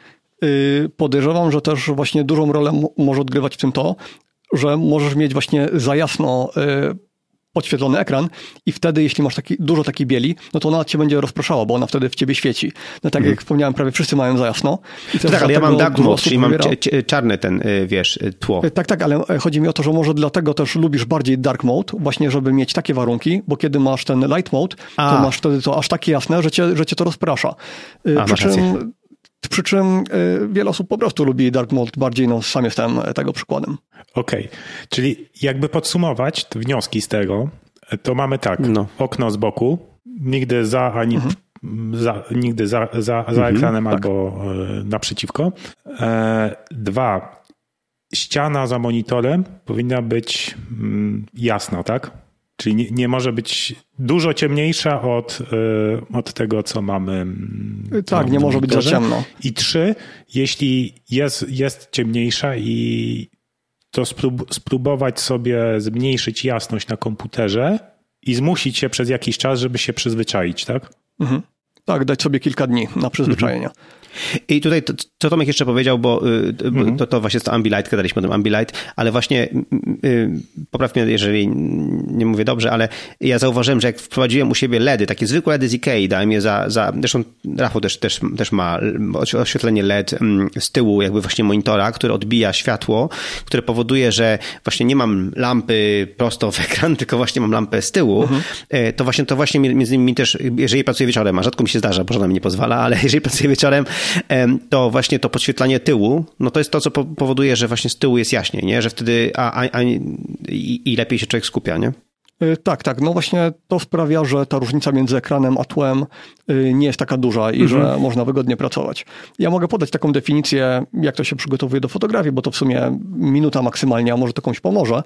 yy, podejrzewam, że też właśnie dużą rolę m- może odgrywać w tym to, że możesz mieć właśnie za jasno yy, podświetlony ekran i wtedy, jeśli masz taki, dużo takiej bieli, no to ona cię będzie rozpraszała, bo ona wtedy w ciebie świeci. No tak mm. jak wspomniałem, prawie wszyscy mają za jasno. I to tak, ale ja mam dark mode, czyli mam czarny ten, wiesz, tło. Tak, tak, ale chodzi mi o to, że może dlatego też lubisz bardziej dark mode, właśnie żeby mieć takie warunki, bo kiedy masz ten light mode, A. to masz wtedy to aż takie jasne, że cię, że cię to rozprasza. A, Przy czym Przy czym y, wiele osób po prostu lubi dark mode bardziej, no sam jestem tego przykładem. Okej, okay. Czyli jakby podsumować te wnioski z tego, to mamy tak, no. okno z boku, nigdy za ani mhm. za, nigdy za, za, za mhm, ekranem tak. albo y, naprzeciwko. E, dwa, ściana za monitorem powinna być mm, jasna, tak? Czyli nie, nie może być dużo ciemniejsza od, y, od tego, co mamy. Co tak, mamy nie może być za ciemno. I trzy, jeśli jest, jest ciemniejsza i to sprób- spróbować sobie zmniejszyć jasność na komputerze i zmusić się przez jakiś czas, żeby się przyzwyczaić, tak? Mhm. Tak, dać sobie kilka dni na przyzwyczajenie. Mhm. I tutaj, to, co Tomek jeszcze powiedział, bo mhm. to, to właśnie jest to Ambilight, gadaliśmy o tym Ambilight, ale właśnie yy, popraw mnie, jeżeli nie mówię dobrze, ale ja zauważyłem, że jak wprowadziłem u siebie LEDy, takie zwykłe LEDy z Ikei, dałem je za, za zresztą Rafał też, też, też ma oświetlenie L E D z tyłu jakby właśnie monitora, które odbija światło, które powoduje, że właśnie nie mam lampy prosto w ekran, tylko właśnie mam lampę z tyłu, mhm. to właśnie to właśnie między innymi też, jeżeli pracuję wieczorem, a rzadko mi się zdarza, bo żona mi nie pozwala, ale jeżeli pracuję wieczorem, to właśnie to podświetlanie tyłu, no to jest to, co powoduje, że właśnie z tyłu jest jaśniej, nie? Że wtedy a, a, a, i, i lepiej się człowiek skupia, nie? Tak, tak. No właśnie to sprawia, że ta różnica między ekranem a tłem nie jest taka duża i mhm. że można wygodnie pracować. Ja mogę podać taką definicję, jak to się przygotowuje do fotografii, bo to w sumie minuta maksymalnie, a może to komuś pomoże,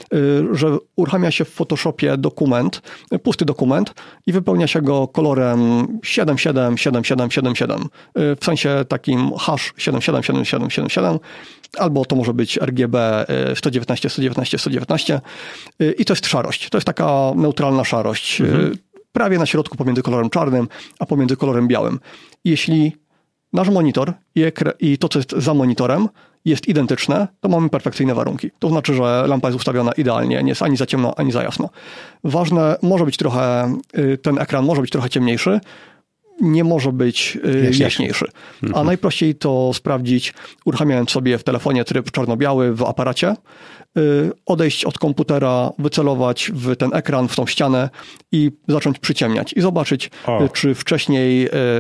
że uruchamia się w Photoshopie dokument, pusty dokument i wypełnia się go kolorem siedem siedem siedem siedem siedem siedem. W sensie takim hash siedem siedem siedem siedem siedem siedem, albo to może być R G B sto dziewiętnaście sto dziewiętnaście sto dziewiętnaście i to jest szarość. To jest taka neutralna szarość, mhm. prawie na środku pomiędzy kolorem czarnym, a pomiędzy kolorem białym. Jeśli nasz monitor i, ekra- i to, co jest za monitorem, jest identyczne, to mamy perfekcyjne warunki. To znaczy, że lampa jest ustawiona idealnie, nie jest ani za ciemno, ani za jasno. Ważne, może być trochę, ten ekran może być trochę ciemniejszy, nie może być jaśniejszy. jaśniejszy. Mhm. A najprościej to sprawdzić, uruchamiając sobie w telefonie tryb czarno-biały w aparacie, odejść od komputera, wycelować w ten ekran, w tą ścianę i zacząć przyciemniać. I zobaczyć, o. czy wcześniej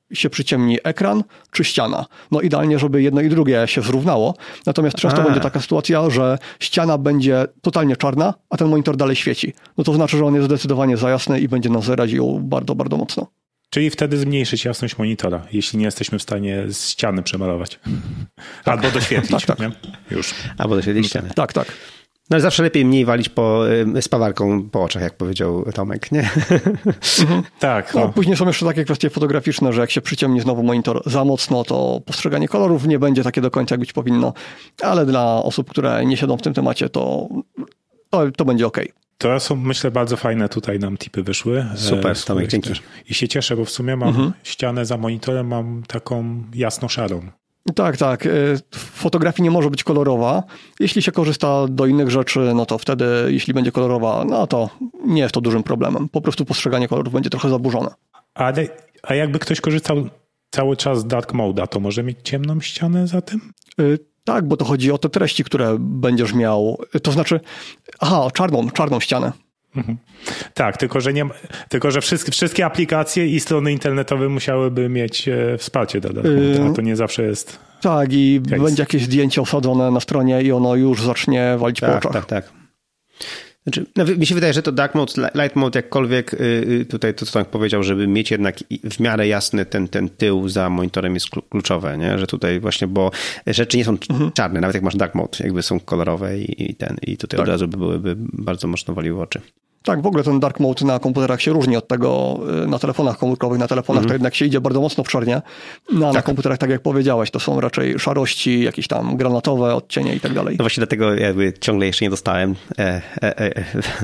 się przyciemni ekran czy ściana. No idealnie, żeby jedno i drugie się zrównało. Natomiast często a. będzie taka sytuacja, że ściana będzie totalnie czarna, a ten monitor dalej świeci. No to znaczy, że on jest zdecydowanie za jasny i będzie nas raził bardzo, bardzo mocno. Czyli wtedy zmniejszyć jasność monitora, jeśli nie jesteśmy w stanie z ściany przemalować. Tak. Albo doświetlić. tak, tak. Już. Albo doświetlić ścianę. Tak, tak. No ale zawsze lepiej mniej walić po, spawarką po oczach, jak powiedział Tomek, nie? Mhm. Tak. No, później są jeszcze takie kwestie fotograficzne, że jak się przyciemni znowu monitor za mocno, to postrzeganie kolorów nie będzie takie do końca, jak być powinno. Ale dla osób, które nie siedzą w tym temacie, to, to, to będzie okej. To są, myślę, bardzo fajne tutaj nam tipy wyszły. Super, Tomek, dzięki. I się cieszę, bo w sumie mam mhm. ścianę za monitorem, mam taką jasno-szarą. Tak, tak. W fotografii nie może być kolorowa. Jeśli się korzysta do innych rzeczy, no to wtedy, jeśli będzie kolorowa, no to nie jest to dużym problemem. Po prostu postrzeganie kolorów będzie trochę zaburzone. Ale, a jakby ktoś korzystał cały czas z dark mode'a, to może mieć ciemną ścianę za tym? Y- Tak, bo to chodzi o te treści, które będziesz miał. To znaczy, aha, czarną, czarną ścianę. Mhm. Tak, tylko że, nie, tylko, że wszystkie, wszystkie aplikacje i strony internetowe musiałyby mieć e, wsparcie do dark mode, a to nie zawsze jest. Tak, i case. Będzie jakieś zdjęcie osadzone na stronie i ono już zacznie walić tak, po oczach. Tak, tak. Znaczy, no, mi się wydaje, że to dark mode, light mode, jakkolwiek yy, tutaj to, co Tomek powiedział, żeby mieć jednak w miarę jasny ten, ten tył za monitorem jest kluczowe, nie? Że tutaj właśnie, bo rzeczy nie są mhm. czarne, nawet jak masz dark mode, jakby są kolorowe i, i ten, i tutaj tak. od razu by byłyby bardzo mocno waliły oczy. Tak, w ogóle ten dark mode na komputerach się różni od tego na telefonach komórkowych. Na telefonach mm. to jednak się idzie bardzo mocno w czernie, no, a tak. na komputerach, tak jak powiedziałeś, to są raczej szarości, jakieś tam granatowe odcienie i tak dalej. No właśnie dlatego jakby ciągle jeszcze nie dostałem. E, e, e,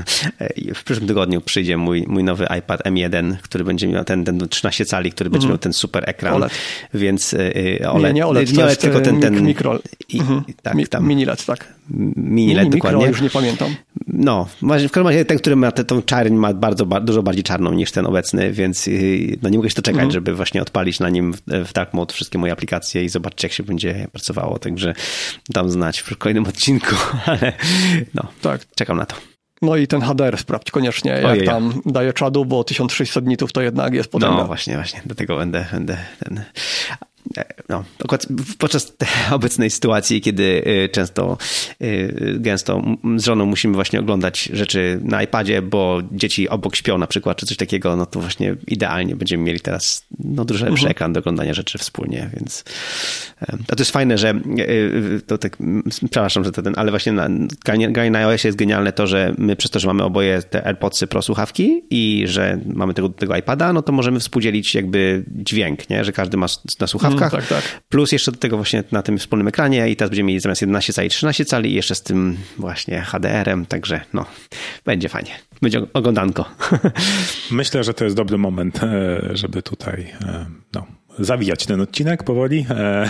e, w przyszłym tygodniu przyjdzie mój, mój nowy iPad M jeden, który będzie miał ten, ten trzynaście cali, który będzie mm. miał ten super ekran. O L E D. Więc e, O L E D. Nie, nie O L E D, nie O L E D, tylko ten, ten mikro. I, mm. tak, tam. Mini L E D, tak. Mini L E D, Mini, dokładnie. Mikro, już nie pamiętam. No, w każdym razie ten, który ma tę tą czarń, ma bardzo, dużo bardziej czarną niż ten obecny, więc no nie mogę się doczekać, mm. żeby właśnie odpalić na nim w dark mode wszystkie moje aplikacje i zobaczyć, jak się będzie pracowało. Także dam znać w kolejnym odcinku, ale no, tak. Czekam na to. No i ten H D R sprawdź koniecznie, jak Ojej. tam daje czadu, bo tysiąc sześćset nitów to jednak jest potęga. No właśnie, właśnie, dlatego będę, będę ten... No, podczas obecnej sytuacji, kiedy często, gęsto z żoną musimy właśnie oglądać rzeczy na iPadzie, bo dzieci obok śpią na przykład, czy coś takiego, no to właśnie idealnie będziemy mieli teraz no, dużo lepszy mhm. ekran do oglądania rzeczy wspólnie, więc a to jest fajne, że to tak, przepraszam, że to ten, ale właśnie na, granie na iOSie jest genialne to, że my przez to, że mamy oboje te AirPodsy Pro słuchawki i że mamy tego, tego iPada, no to możemy współdzielić jakby dźwięk, nie? Że każdy ma na słuchawkach. Mm, tak, tak. Plus jeszcze do tego właśnie na tym wspólnym ekranie i teraz będziemy mieli zamiast jedenaście cali trzynaście cali i jeszcze z tym właśnie H D R-em, także no, będzie fajnie. Będzie oglądanko. Myślę, że to jest dobry moment, żeby tutaj no, zawijać ten odcinek powoli.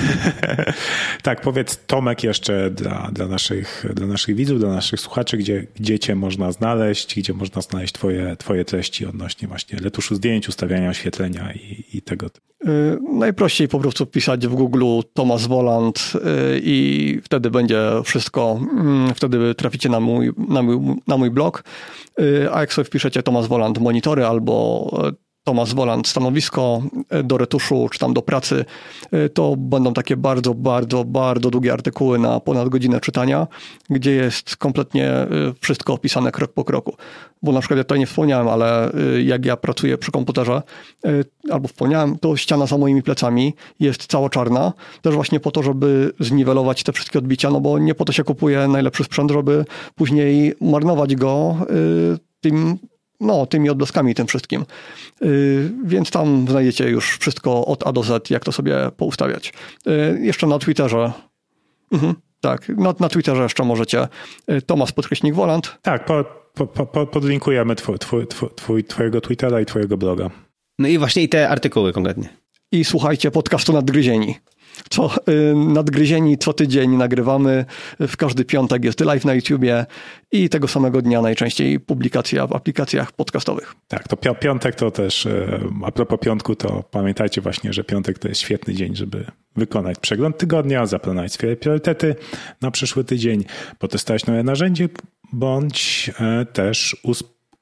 Tak, powiedz Tomek jeszcze dla, dla, naszych, dla naszych widzów, dla naszych słuchaczy, gdzie, gdzie cię można znaleźć, gdzie można znaleźć twoje, twoje treści odnośnie właśnie retuszu zdjęć, ustawiania oświetlenia i, i tego typu. Yy, najprościej po prostu pisać w Google Tomasz Woland yy, i wtedy będzie wszystko, yy, wtedy traficie na mój, na mój, na mój blog, yy, a jak sobie wpiszecie Tomasz Woland monitory albo Tomasz Woland stanowisko do retuszu czy tam do pracy, to będą takie bardzo, bardzo, bardzo długie artykuły na ponad godzinę czytania, gdzie jest kompletnie wszystko opisane krok po kroku. Bo na przykład ja tutaj nie wspomniałem, ale jak ja pracuję przy komputerze, albo wspomniałem, to ściana za moimi plecami jest cała czarna, też właśnie po to, żeby zniwelować te wszystkie odbicia, no bo nie po to się kupuje najlepszy sprzęt, żeby później marnować go tym No, tymi odblaskami i tym wszystkim. Yy, więc tam znajdziecie już wszystko od A do Z, jak to sobie poustawiać. Yy, jeszcze na Twitterze. Mhm, tak, na, na Twitterze jeszcze możecie. Yy, Tomasz podkreśnik Woland. Tak, po, po, po, podlinkujemy twój, twój, twój, twojego Twittera i twojego bloga. No i właśnie i te artykuły konkretnie. I słuchajcie podcastu Nadgryzieni. Co, yy, Nadgryzieni co tydzień nagrywamy, w każdy piątek jest live na YouTubie i tego samego dnia najczęściej publikacja w aplikacjach podcastowych. Tak, to piątek to też, a propos piątku, to pamiętajcie właśnie, że piątek to jest świetny dzień, żeby wykonać przegląd tygodnia, zaplanować swoje priorytety na przyszły tydzień, potestować nowe narzędzie, bądź też us-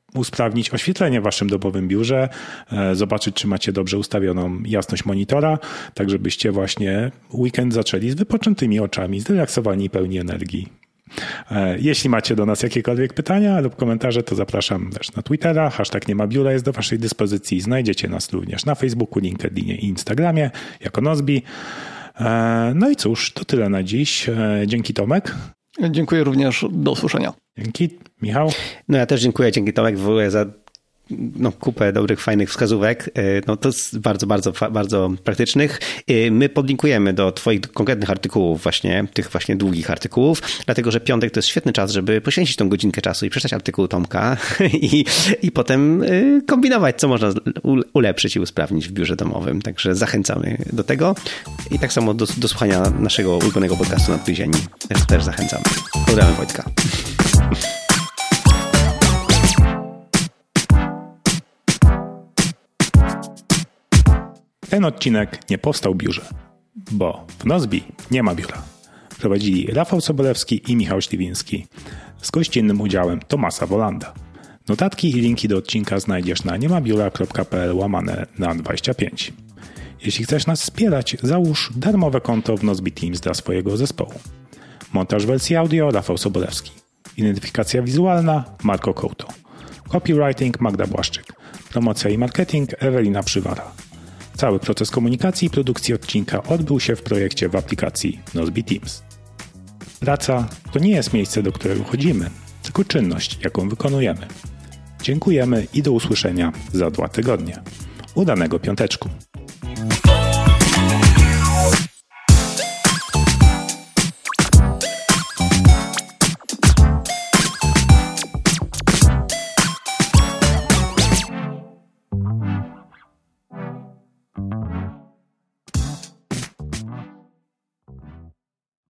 usprawnić oświetlenie w waszym domowym biurze, zobaczyć, czy macie dobrze ustawioną jasność monitora, tak żebyście właśnie weekend zaczęli z wypoczętymi oczami, zrelaksowani i pełni energii. Jeśli macie do nas jakiekolwiek pytania lub komentarze, to zapraszam też na Twittera. Hashtag nie ma biura jest do waszej dyspozycji. Znajdziecie nas również na Facebooku, LinkedInie i Instagramie jako Nozbi. No i cóż, to tyle na dziś. Dzięki, Tomek. Dziękuję również. Do usłyszenia. Dzięki. Michał? No ja też dziękuję. Dzięki, Tomek, w ogóle za no, kupę dobrych, fajnych wskazówek. No to jest bardzo, bardzo, bardzo praktycznych. My podlinkujemy do twoich konkretnych artykułów właśnie, tych właśnie długich artykułów, dlatego, że piątek to jest świetny czas, żeby poświęcić tą godzinkę czasu i przeczytać artykuł Tomka i, i potem kombinować, co można ulepszyć i usprawnić w biurze domowym. Także zachęcamy do tego i tak samo do, do słuchania naszego ulubionego podcastu Nadgryzieni. Też, też zachęcamy. Pozdrawiam Wojtka. Ten odcinek nie powstał w biurze, bo w Nozbi nie ma biura. Prowadzili Rafał Sobolewski i Michał Śliwiński z gościnnym udziałem Tomasa Wolanda. Notatki i linki do odcinka znajdziesz na niemabiura.pl łamane na dwadzieścia pięć. Jeśli chcesz nas wspierać, załóż darmowe konto w Nozbi Teams dla swojego zespołu. Montaż wersji audio Rafał Sobolewski. Identyfikacja wizualna Marko Kołto. Copywriting Magda Błaszczyk. Promocja i marketing Ewelina Przywara. Cały proces komunikacji i produkcji odcinka odbył się w projekcie w aplikacji Nozbi Teams. Praca to nie jest miejsce, do którego chodzimy, tylko czynność, jaką wykonujemy. Dziękujemy i do usłyszenia za dwa tygodnie. Udanego piąteczku.